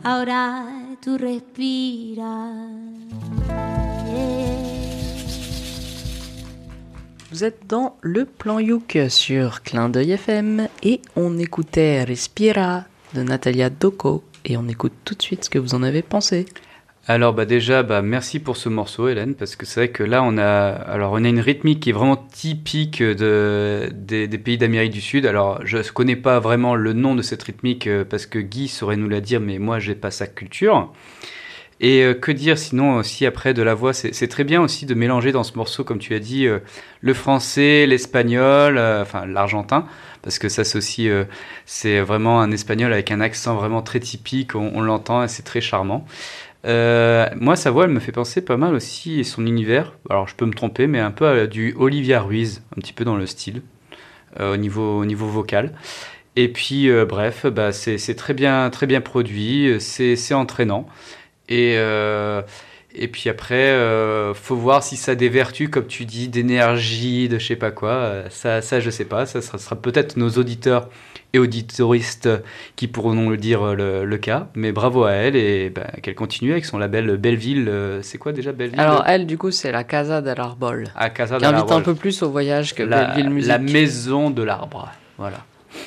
[SPEAKER 5] ahora tú respiras.
[SPEAKER 3] Vous êtes dans le plan Youk sur Clin d'œil FM et on écoutait Respira de Natalia Doko et on écoute tout de suite ce que vous en avez pensé.
[SPEAKER 4] Alors déjà, merci pour ce morceau, Hélène, parce que c'est vrai que là, on a une rythmique qui est vraiment typique des pays d'Amérique du Sud. Alors, je ne connais pas vraiment le nom de cette rythmique parce que Guy saurait nous la dire, mais moi, j'ai pas sa culture. Et que dire sinon aussi après de la voix, c'est très bien aussi de mélanger dans ce morceau, comme tu as dit, le français, l'espagnol, l'argentin, parce que ça c'est aussi, c'est vraiment un espagnol avec un accent vraiment très typique, on l'entend et c'est très charmant. Moi, sa voix, elle me fait penser pas mal aussi, et son univers, alors je peux me tromper, mais un peu à du Olivia Ruiz, un petit peu dans le style, au niveau vocal. Et puis, c'est très bien produit, c'est entraînant. Et puis après, faut voir si ça a des vertus, comme tu dis, d'énergie, de je sais pas quoi. Ça je sais pas. Ça sera peut-être nos auditeurs et auditoristes qui pourront nous le dire le cas. Mais bravo à elle et qu'elle continue avec son label Belleville. C'est quoi déjà Belleville?
[SPEAKER 3] Alors elle, du coup, c'est la Casa del Arbol.
[SPEAKER 4] Ah, Casa
[SPEAKER 3] qui
[SPEAKER 4] del
[SPEAKER 3] invite
[SPEAKER 4] Arbol.
[SPEAKER 3] un peu plus au voyage que Belleville Musique.
[SPEAKER 4] La maison de l'arbre. Voilà.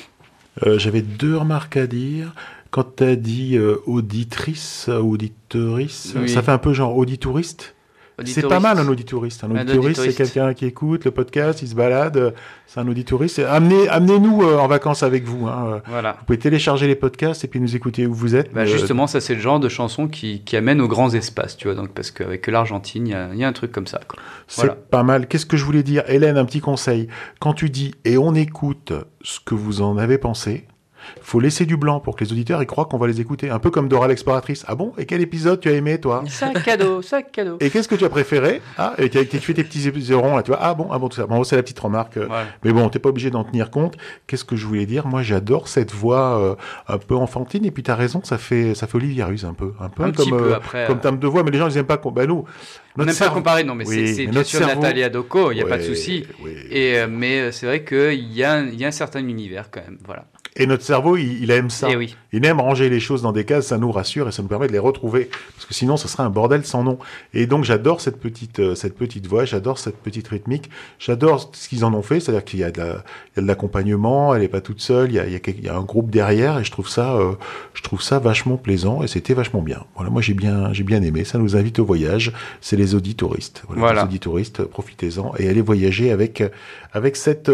[SPEAKER 1] J'avais 2 remarques à dire. Quand tu as dit auditrice, auditorice,
[SPEAKER 4] Oui.
[SPEAKER 1] ça fait un peu genre auditouriste. C'est pas mal un auditoriste. Un auditoriste, c'est quelqu'un qui écoute le podcast, il se balade, c'est un auditoriste. Amenez-nous en vacances avec vous. Hein.
[SPEAKER 4] Voilà.
[SPEAKER 1] Vous pouvez télécharger les podcasts et puis nous écouter où vous êtes.
[SPEAKER 4] Justement, ça c'est le genre de chanson qui amène aux grands espaces, tu vois. Donc parce qu'avec l'Argentine, il y a un truc comme ça, quoi.
[SPEAKER 1] C'est
[SPEAKER 4] Voilà.
[SPEAKER 1] pas mal. Qu'est-ce que je voulais dire, Hélène, un petit conseil. Quand tu dis et on écoute ce que vous en avez pensé, faut laisser du blanc pour que les auditeurs y croient qu'on va les écouter. Un peu comme Dora l'exploratrice. Ah bon? Et quel épisode tu as aimé, toi?
[SPEAKER 4] Sac cadeau.
[SPEAKER 1] Et qu'est-ce que tu as préféré? Ah, et tu fais tes petits éperons, là, tu vois. Ah bon, tout ça. Bon, c'est la petite remarque.
[SPEAKER 4] Voilà.
[SPEAKER 1] Mais bon, t'es pas obligé d'en tenir compte. Qu'est-ce que je voulais dire? Moi, j'adore cette voix un peu enfantine. Et puis, t'as raison, ça fait Olivia Ruiz un peu.
[SPEAKER 4] Un
[SPEAKER 1] comme,
[SPEAKER 4] petit peu après.
[SPEAKER 1] comme terme de voix, mais les gens, ils aiment pas qu'on, nous.
[SPEAKER 4] On n'aime pas comparer, non, mais
[SPEAKER 1] Oui,
[SPEAKER 4] c'est
[SPEAKER 1] mais
[SPEAKER 4] bien
[SPEAKER 1] notre
[SPEAKER 4] sûr
[SPEAKER 1] cerveau-
[SPEAKER 4] Natalia Doko, il n'y a pas de
[SPEAKER 1] Ouais,
[SPEAKER 4] souci.
[SPEAKER 1] oui.
[SPEAKER 4] Mais c'est vrai qu'il y a un certain univers quand même. Voilà.
[SPEAKER 1] Et notre cerveau, il aime ça.
[SPEAKER 4] Et oui.
[SPEAKER 1] Il aime ranger les choses dans des cases, ça nous rassure et ça nous permet de les retrouver. Parce que sinon, ce serait un bordel sans nom. Et donc, j'adore cette petite voix, j'adore cette petite rythmique, j'adore ce qu'ils en ont fait, c'est-à-dire qu'il y a de l'accompagnement, elle est pas toute seule, il y a un groupe derrière et je trouve ça vachement plaisant et c'était vachement bien. Voilà, moi j'ai bien aimé. Ça nous invite au voyage. C'est les auditoristes.
[SPEAKER 4] Voilà.
[SPEAKER 1] Les auditoristes, profitez-en et allez voyager avec cette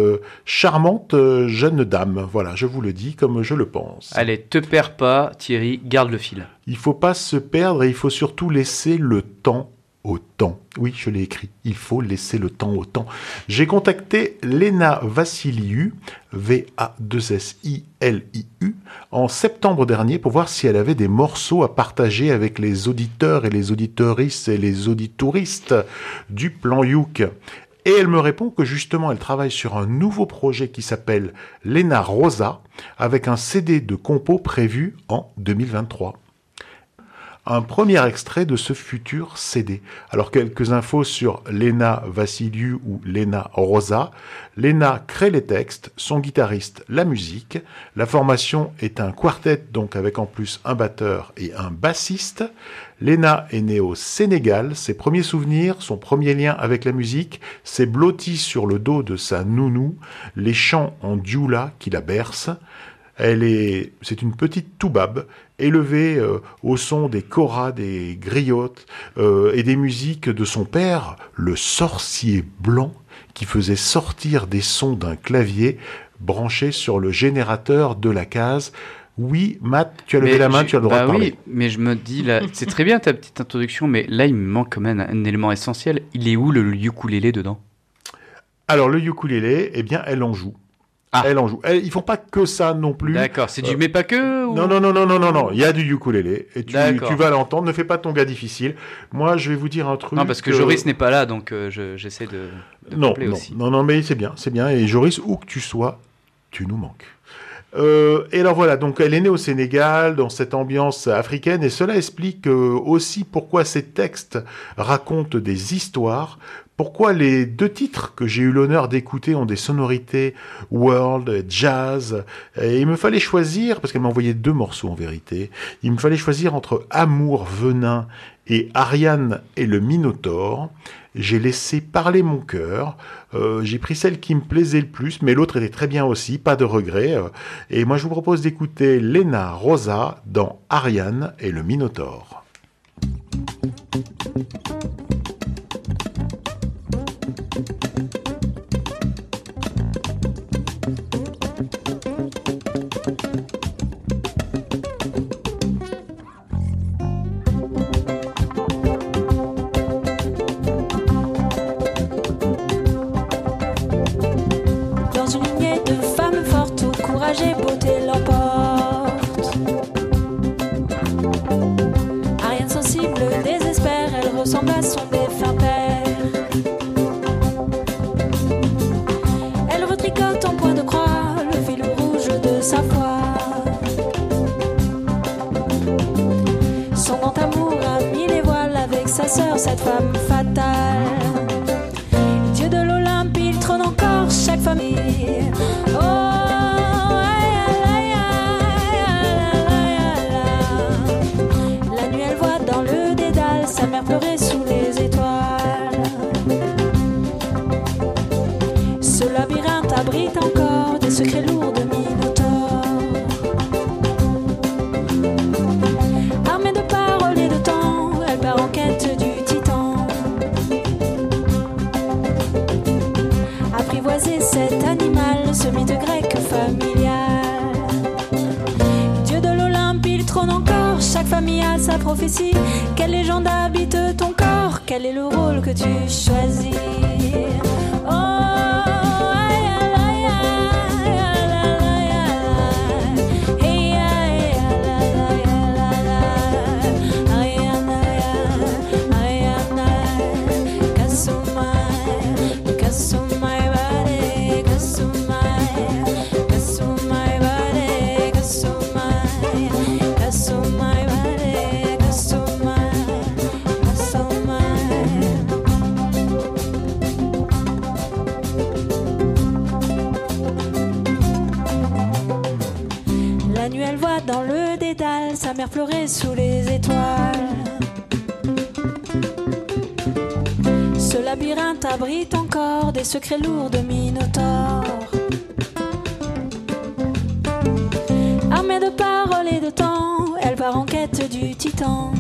[SPEAKER 1] charmante jeune dame. Voilà, je vous le dis comme je le pense.
[SPEAKER 4] Allez, te perds pas, Thierry, garde le fil.
[SPEAKER 1] Il faut pas se perdre et il faut surtout laisser le temps au temps. Oui, je l'ai écrit. Il faut laisser le temps au temps. J'ai contacté Lena Vassiliou, V-A-2-S-I-L-I-U, en septembre dernier pour voir si elle avait des morceaux à partager avec les auditeurs et les auditeuristes et les auditouristes du plan Youk. Et elle me répond que justement, elle travaille sur un nouveau projet qui s'appelle Lena Rosa, avec un CD de compos prévu en 2023. Un premier extrait de ce futur CD. Alors, quelques infos sur Lena Vassiliou ou Lena Rosa. Lena crée les textes, son guitariste la musique. La formation est un quartet, donc avec en plus un batteur et un bassiste. Lena est née au Sénégal. Ses premiers souvenirs, son premier lien avec la musique, c'est blotti sur le dos de sa nounou, les chants en dioula qui la bercent. C'est une petite toubab, élevée au son des koras, des griottes et des musiques de son père, le sorcier blanc, qui faisait sortir des sons d'un clavier branché sur le générateur de la case. Oui, Matt, tu as levé la main, tu as le droit de parler.
[SPEAKER 4] Oui, mais je me dis, là, c'est très bien ta petite introduction, mais là, il me manque quand même un élément essentiel. Il est où le ukulélé dedans?
[SPEAKER 1] Alors, le ukulélé, eh bien, elle en joue.
[SPEAKER 4] Ah.
[SPEAKER 1] Elle en joue. Ils font pas que ça non plus.
[SPEAKER 4] D'accord, c'est du mais pas que ou...
[SPEAKER 1] Non. Il y a du ukulélé. Et tu
[SPEAKER 4] D'accord.
[SPEAKER 1] vas l'entendre. Ne fais pas ton gars difficile. Moi, je vais vous dire un truc.
[SPEAKER 4] Non, parce que Joris n'est pas là, donc j'essaie de compléter aussi.
[SPEAKER 1] Non, mais c'est bien. Et Joris, où que tu sois, tu nous manques. Et alors voilà, donc elle est née au Sénégal, dans cette ambiance africaine, et cela explique aussi pourquoi ces textes racontent des histoires Pourquoi les 2 titres que j'ai eu l'honneur d'écouter ont des sonorités world, jazz, et il me fallait choisir, parce qu'elle m'a envoyé 2 morceaux en vérité, il me fallait choisir entre Amour Venin et Ariane et le Minotaure. J'ai laissé parler mon cœur, j'ai pris celle qui me plaisait le plus, mais l'autre était très bien aussi, pas de regret. Et moi je vous propose d'écouter Lena Rosa dans Ariane et le Minotaure.
[SPEAKER 7] J'ai beauté l'emporte. Ariane sensible désespère, elle ressemble à son défunt père. Elle retricote en point de croix le fil rouge de sa foi. Son grand amour a mis les voiles avec sa sœur, cette femme fatale. Dieu de l'Olympe, il trône encore chaque famille. Oh, sa mère pleurait sous les étoiles. Ce labyrinthe abrite encore des secrets lourds de Minotaure. Armée de paroles et de temps, elle part en quête du titan. Apprivoiser cet animal, ce mythe grec familial. Dieu de l'Olympe, il trône encore, chaque famille a sa prophétie. Quelle légende habite ton corps? Quel est le rôle que tu choisis? Oh, aïe, aïe, aïe, aïe, aïe, elle voit dans le dédale sa mère pleurer sous les étoiles. Ce labyrinthe abrite encore des secrets lourds de Minotaure. Armée de paroles et de temps, elle part en quête du titan.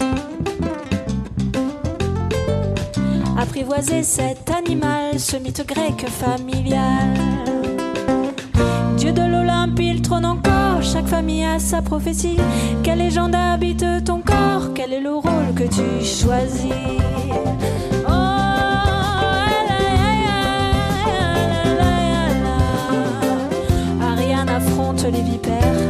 [SPEAKER 7] Apprivoiser cet animal, ce mythe grec familial. Dieu de l'Olympe, il trône encore, chaque famille a sa prophétie. Quelle légende habite ton corps? Quel est le rôle que tu choisis? Oh, Ariane affronte les vipères,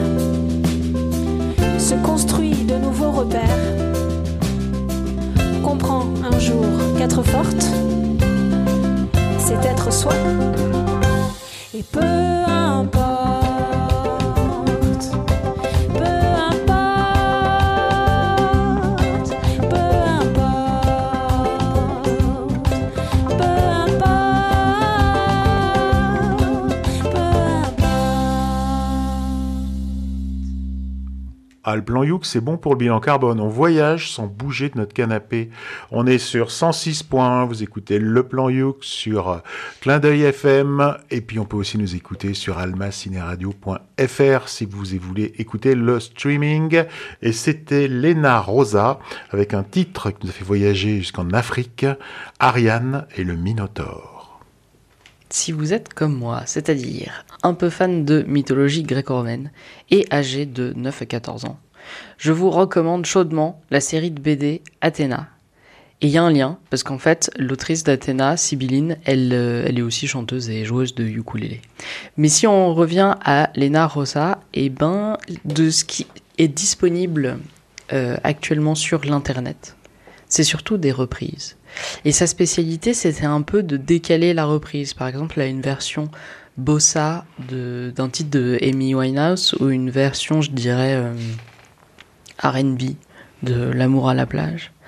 [SPEAKER 7] se construit de nouveaux repères, comprend un jour qu'être forte, c'est être soi. Et peu importe, peu importe, peu importe, peu importe, peu importe.
[SPEAKER 1] Ah, le plan Youk, c'est bon pour le bilan carbone. On voyage sans bouger de notre canapé. On est sur 106.1. Vous écoutez le plan Youk sur Clin d'œil FM. Et puis, on peut aussi nous écouter sur almacineradio.fr si vous voulez écouter le streaming. Et c'était Lena Rosa avec un titre qui nous a fait voyager jusqu'en Afrique, Ariane et le Minotaure.
[SPEAKER 3] Si vous êtes comme moi, c'est-à-dire un peu fan de mythologie gréco-romaine et âgé de 9 à 14 ans, je vous recommande chaudement la série de BD Athéna. Et il y a un lien, parce qu'en fait, l'autrice d'Athéna, Sibylline, elle est aussi chanteuse et joueuse de ukulélé. Mais si on revient à Lena Rosa, de ce qui est disponible actuellement sur l'internet, c'est surtout des reprises. Et sa spécialité, c'était un peu de décaler la reprise. Par exemple, elle a une version bossa d'un titre de Amy Winehouse ou une version, je dirais, R&B de L'amour à la plage.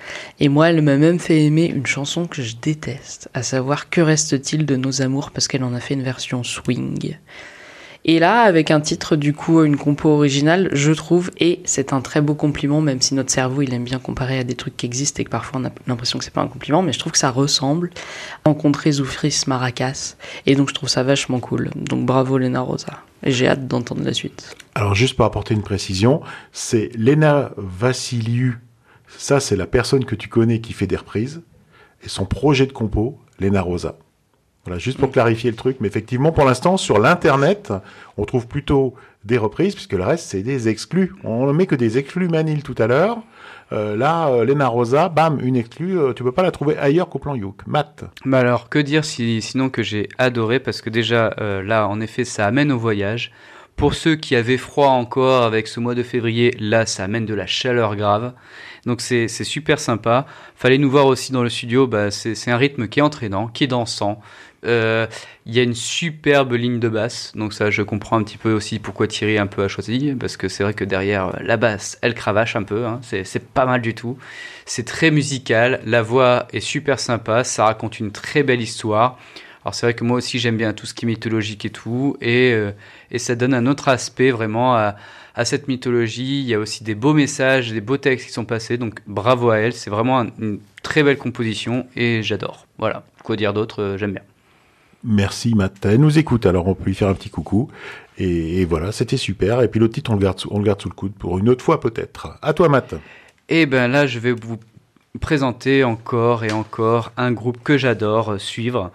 [SPEAKER 3] Et moi, elle m'a même fait aimer une chanson que je déteste, à savoir Que reste-t-il de nos amours, parce qu'elle en a fait une version swing. Et là, avec un titre, du coup, une compo originale, je trouve, et c'est un très beau compliment, même si notre cerveau, il aime bien comparer à des trucs qui existent et que parfois on a l'impression que c'est pas un compliment, mais je trouve que ça ressemble à Rencontrer Zoufris Maracas, et donc je trouve ça vachement cool. Donc bravo Lena Rosa, et j'ai hâte d'entendre la suite.
[SPEAKER 1] Alors juste pour apporter une précision, c'est Lena Vassiliou, ça c'est la personne que tu connais qui fait des reprises, et son projet de compo, Lena Rosa. Voilà, juste pour clarifier le truc, mais effectivement, pour l'instant, sur l'internet, on trouve plutôt des reprises, puisque le reste, c'est des exclus. On ne met que des exclus Manil tout à l'heure. Lena Rosa, bam, une exclue, tu peux pas la trouver ailleurs qu'au plan Youk. Matt.
[SPEAKER 4] Bah alors, que dire sinon que j'ai adoré, parce que déjà, là, en effet, ça amène au voyage. Pour ceux qui avaient froid encore avec ce mois de février, là, ça amène de la chaleur grave. Donc c'est super sympa. Fallait nous voir aussi dans le studio, c'est un rythme qui est entraînant, qui est dansant. Il y a une superbe ligne de basse, donc ça je comprends un petit peu aussi pourquoi Thierry un peu a choisi, parce que c'est vrai que derrière la basse elle cravache un peu, hein, c'est pas mal du tout, c'est très musical, la voix est super sympa, ça raconte une très belle histoire. Alors c'est vrai que moi aussi j'aime bien tout ce qui est mythologique et tout, et ça donne un autre aspect vraiment à cette mythologie. Il y a aussi des beaux messages, des beaux textes qui sont passés, donc bravo à elle, c'est vraiment une très belle composition et j'adore. Voilà, quoi dire d'autre, j'aime bien.
[SPEAKER 1] Merci Matt, elle nous écoute, alors on peut lui faire un petit coucou. Et voilà, c'était super. Et puis l'autre titre, on le garde sous le coude pour une autre fois peut-être. À toi Matt.
[SPEAKER 4] Et ben là, je vais vous présenter encore et encore un groupe que j'adore suivre.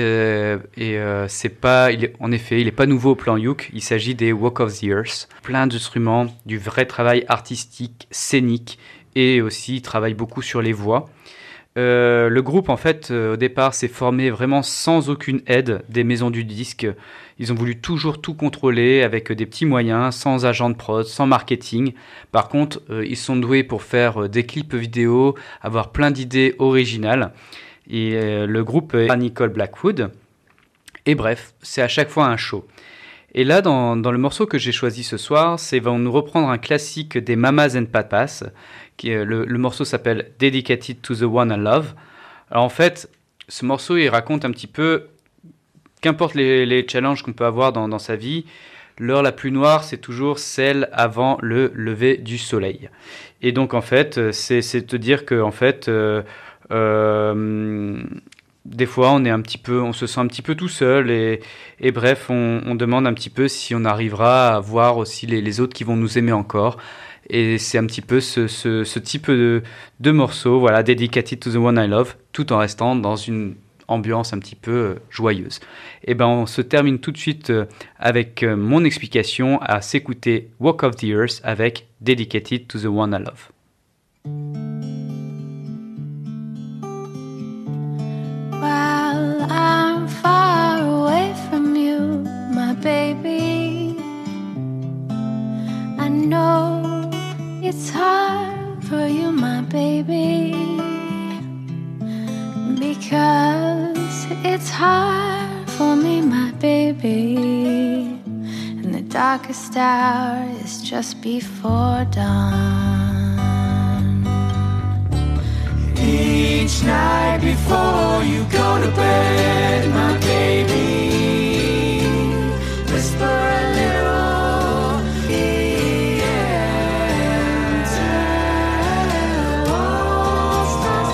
[SPEAKER 4] C'est pas, en effet, il n'est pas nouveau au plan Youk. Il s'agit des Walk of the Earth. Plein d'instruments, du vrai travail artistique, scénique, et aussi il travaille beaucoup sur les voix. Le groupe, en fait, au départ, s'est formé vraiment sans aucune aide des maisons du disque. Ils ont voulu toujours tout contrôler avec des petits moyens, sans agent de prod, sans marketing. Par contre, ils sont doués pour faire des clips vidéo, avoir plein d'idées originales. Et le groupe est Nicole Blackwood. Et bref, c'est à chaque fois un show. Et là, dans le morceau que j'ai choisi ce soir, c'est vont nous reprendre un classique des Mamas and Papas. Le morceau s'appelle Dedicated to the One I Love. Alors en fait, ce morceau, il raconte un petit peu, qu'importe les challenges qu'on peut avoir dans sa vie, l'heure la plus noire, c'est toujours celle avant le lever du soleil. Et donc en fait, c'est te dire que en fait, des fois, on se sent un petit peu tout seul et bref, on demande un petit peu si on arrivera à voir aussi les autres qui vont nous aimer encore. Et c'est un petit peu ce type de morceau, voilà, Dedicated to the One I Love, tout en restant dans une ambiance un petit peu joyeuse. Et ben, on se termine tout de suite avec mon explication à s'écouter Walk of the Earth avec Dedicated to the One I Love.
[SPEAKER 5] While I'm far away from you, my baby, I know it's hard for you, my baby, because it's hard for me, my baby, and the darkest hour is just before dawn. Each night before you go to bed, my baby, whisper a little, yeah, till all starts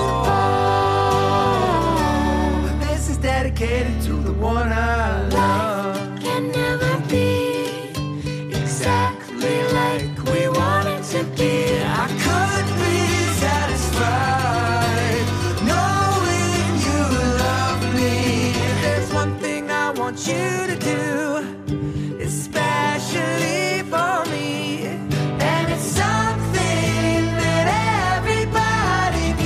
[SPEAKER 5] to fall. This is dedicated to the one I love. Life can never be exactly like we want it to be. I could be satisfied knowing you love me. If there's one thing I want you to do, especially for me, and it's something that everybody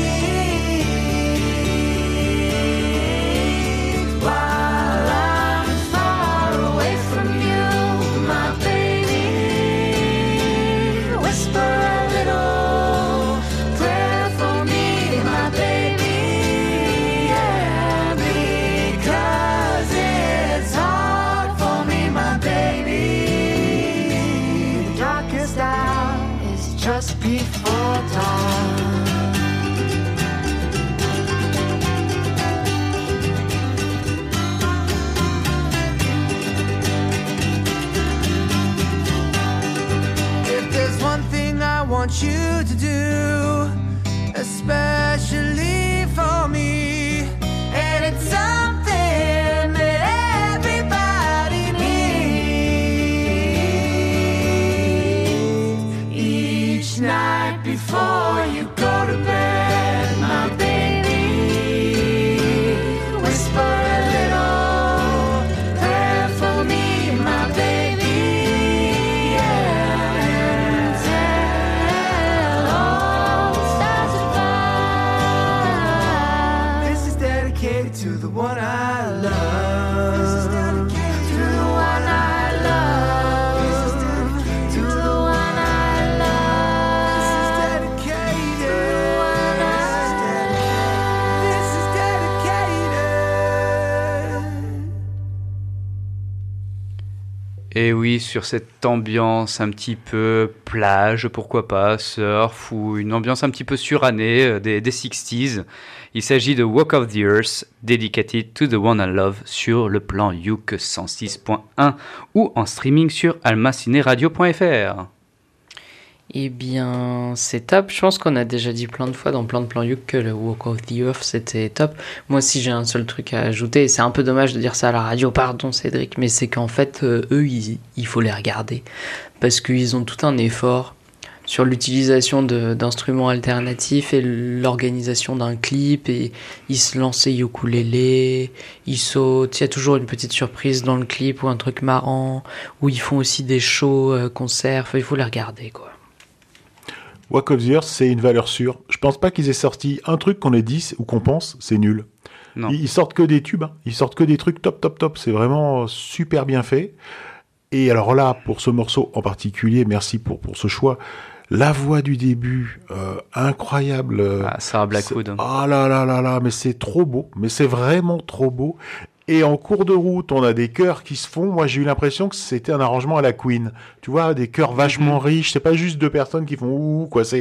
[SPEAKER 5] needs. While I'm far away from you, my baby, whisper a little prayer for me, my baby, yeah, because it's hard
[SPEAKER 8] want you to do, especially for me. And it's something that everybody needs. Each night before you go to bed, my baby, whisper a little prayer for me, my baby, and tell all the stars above. This is dedicated to the one I love. This is dedicated to the one I love. This is dedicated to the one I love. This is dedicated to the one I love. This is dedicated.
[SPEAKER 4] Et oui, sur cette ambiance un petit peu plage, pourquoi pas, surf, ou une ambiance un petit peu surannée des 60s, il s'agit de Walk of the Earth, dedicated to the one I love, sur le plan Youk 106.1 ou en streaming sur almacineradio.fr.
[SPEAKER 3] Eh bien, c'est top. Je pense qu'on a déjà dit plein de fois dans plein de plans Youk que le Walk of the Earth, c'était top. Moi aussi, j'ai un seul truc à ajouter. Et c'est un peu dommage de dire ça à la radio, pardon Cédric, mais c'est qu'en fait, eux, il faut les regarder. Parce qu'ils ont tout un effort sur l'utilisation d'instruments alternatifs et l'organisation d'un clip. Et ils se lançaient ukulélé, ils sautent. Il y a toujours une petite surprise dans le clip ou un truc marrant. Où ils font aussi des shows, concerts. Enfin, il faut les regarder, quoi.
[SPEAKER 1] Walk of the Earth, c'est une valeur sûre. Je pense pas qu'ils aient sorti un truc qu'on ait dit ou qu'on pense, c'est nul.
[SPEAKER 4] Non.
[SPEAKER 1] Ils sortent que des tubes, hein. Ils sortent que des trucs top. C'est vraiment super bien fait. Et alors là, pour ce morceau en particulier, merci pour ce choix. La voix du début, incroyable.
[SPEAKER 4] Sarah Blackwood.
[SPEAKER 1] Ah là, mais c'est trop beau. Mais c'est vraiment trop beau. Et en cours de route, on a des chœurs qui se font. Moi, j'ai eu l'impression que c'était un arrangement à la Queen. Tu vois, des chœurs vachement riches. C'est pas juste deux personnes qui font ouh, quoi. C'est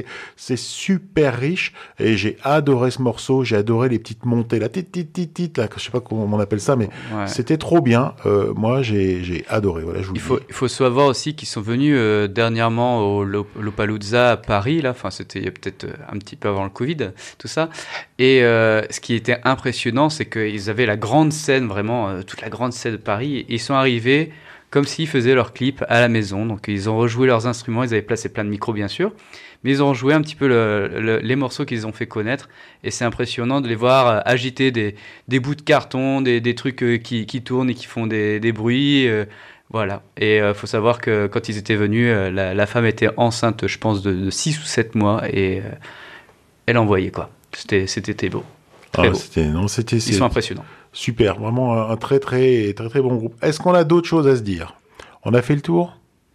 [SPEAKER 1] super riche. Et j'ai adoré ce morceau. J'ai adoré les petites montées, là, là. Je sais pas comment on appelle ça, mais
[SPEAKER 4] Ouais.
[SPEAKER 1] c'était trop bien. Moi, j'ai adoré. Voilà, je vous
[SPEAKER 4] Il
[SPEAKER 1] le dis.
[SPEAKER 4] faut savoir aussi qu'ils sont venus dernièrement au Lollapalooza à Paris, là. Enfin, c'était il y a peut-être un petit peu avant le Covid, tout ça. Et ce qui était impressionnant, c'est qu'ils avaient la grande scène, vraiment toute la grande scène de Paris. Et ils sont arrivés comme s'ils faisaient leur clip à la maison. Donc, ils ont rejoué leurs instruments. Ils avaient placé plein de micros, bien sûr. Mais ils ont joué un petit peu les morceaux qu'ils ont fait connaître. Et c'est impressionnant de les voir agiter des bouts de carton, des trucs qui tournent et qui font des bruits. Voilà. Et faut savoir que quand ils étaient venus, la femme était enceinte, je pense, de 6 ou 7 mois. Et elle envoyait, quoi. C'était beau. Très beau. Ils sont impressionnants.
[SPEAKER 1] Super. Vraiment un très bon groupe. Est-ce qu'on a d'autres choses à se dire? On a fait le tour?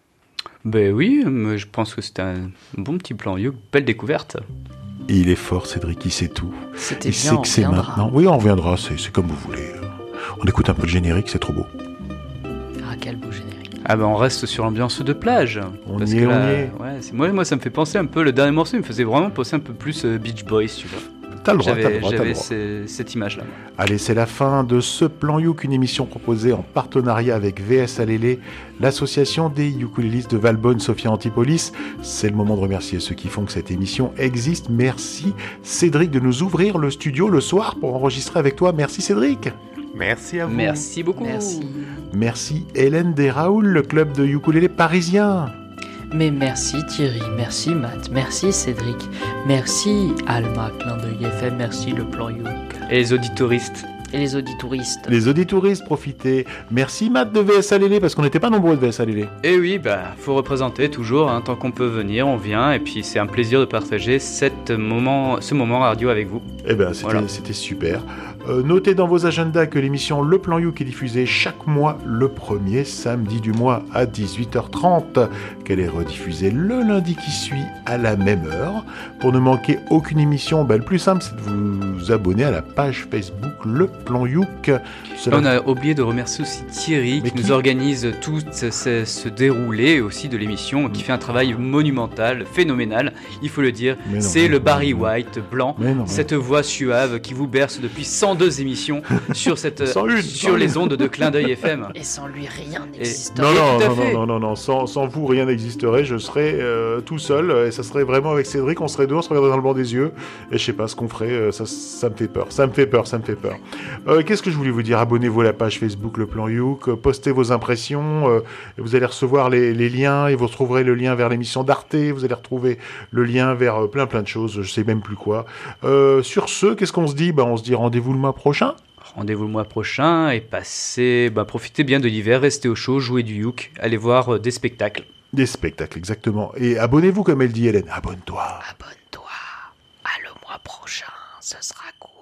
[SPEAKER 4] Ben oui, mais je pense que c'était un bon petit plan. Belle découverte.
[SPEAKER 1] Il est fort, Cédric, il sait tout.
[SPEAKER 3] C'était
[SPEAKER 1] Il
[SPEAKER 3] bien,
[SPEAKER 1] sait
[SPEAKER 3] on
[SPEAKER 1] que c'est
[SPEAKER 3] reviendra.
[SPEAKER 1] maintenant. Oui, on reviendra, c'est comme vous voulez. On écoute un peu le générique, c'est trop beau.
[SPEAKER 3] Ah, quel beau générique.
[SPEAKER 4] Ah ben on reste sur l'ambiance de plage.
[SPEAKER 1] On
[SPEAKER 4] Parce
[SPEAKER 1] y
[SPEAKER 4] que
[SPEAKER 1] est,
[SPEAKER 4] là,
[SPEAKER 1] on y est.
[SPEAKER 4] Ouais, moi ça me fait penser un peu, le dernier morceau il me faisait vraiment penser un peu plus Beach Boys, tu vois.
[SPEAKER 1] T'as le droit,
[SPEAKER 4] J'avais cette image-là.
[SPEAKER 1] Allez, c'est la fin de ce Plan Youk, une émission proposée en partenariat avec VS Alélé, l'association des ukulélistes de Valbonne, Sophia Antipolis. C'est le moment de remercier ceux qui font que cette émission existe. Merci Cédric de nous ouvrir le studio le soir pour enregistrer avec toi. Merci Cédric.
[SPEAKER 2] Merci à vous.
[SPEAKER 4] Merci beaucoup.
[SPEAKER 3] Merci.
[SPEAKER 1] Merci Hélène Desraoul, le club de ukulélé parisien.
[SPEAKER 3] Mais merci Thierry, merci Matt, merci Cédric, merci Alma, Clin d'œil FM, merci le plan Youk.
[SPEAKER 4] Et les auditoristes.
[SPEAKER 3] Et les auditouristes.
[SPEAKER 1] Les auditouristes, profitez. Merci Matt de VS Alélé, parce qu'on n'était pas nombreux de VS Alélé.
[SPEAKER 4] Et oui, faut représenter toujours, hein, tant qu'on peut venir, on vient, et puis c'est un plaisir de partager ce moment radio avec vous.
[SPEAKER 1] Eh ben, c'était super. Notez dans vos agendas que l'émission Le Plan Youk est diffusée chaque mois le premier samedi du mois à 18h30, qu'elle est rediffusée le lundi qui suit à la même heure. Pour ne manquer aucune émission, le plus simple c'est de vous abonner à la page Facebook Le Plan Youk.
[SPEAKER 4] On a oublié de remercier aussi Thierry qui nous organise tout ce déroulé aussi de l'émission, qui fait un travail monumental, phénoménal, il faut le dire. C'est le Barry White blanc, cette voix suave qui vous berce depuis 100 102 émissions sur cette,
[SPEAKER 1] 101,
[SPEAKER 4] sur les ondes de Clin d'œil FM.
[SPEAKER 3] Et sans lui, rien
[SPEAKER 4] Et-
[SPEAKER 3] n'existerait.
[SPEAKER 1] Non,
[SPEAKER 4] tout à
[SPEAKER 1] non,
[SPEAKER 4] fait.
[SPEAKER 1] non, non, non, non, sans vous, rien n'existerait. Je serais tout seul, et ça serait vraiment avec Cédric, on serait deux, on se regarderait dans le blanc des yeux, et je sais pas ce qu'on ferait, ça me fait peur, ça me fait peur. Qu'est-ce que je voulais vous dire? Abonnez-vous à la page Facebook Le Plan Youk, postez vos impressions, et vous allez recevoir les liens, et vous retrouverez le lien vers l'émission d'Arte, vous allez retrouver le lien vers plein de choses, je sais même plus quoi. Sur ce, qu'est-ce qu'on se dit? On se dit rendez-vous le mois prochain.
[SPEAKER 4] Rendez-vous le mois prochain et profitez bien de l'hiver, restez au chaud, jouez du youk, allez voir des spectacles.
[SPEAKER 1] Des spectacles, exactement. Et abonnez-vous, comme elle dit Hélène. Abonne-toi.
[SPEAKER 3] Abonne-toi. À le mois prochain, ce sera cool.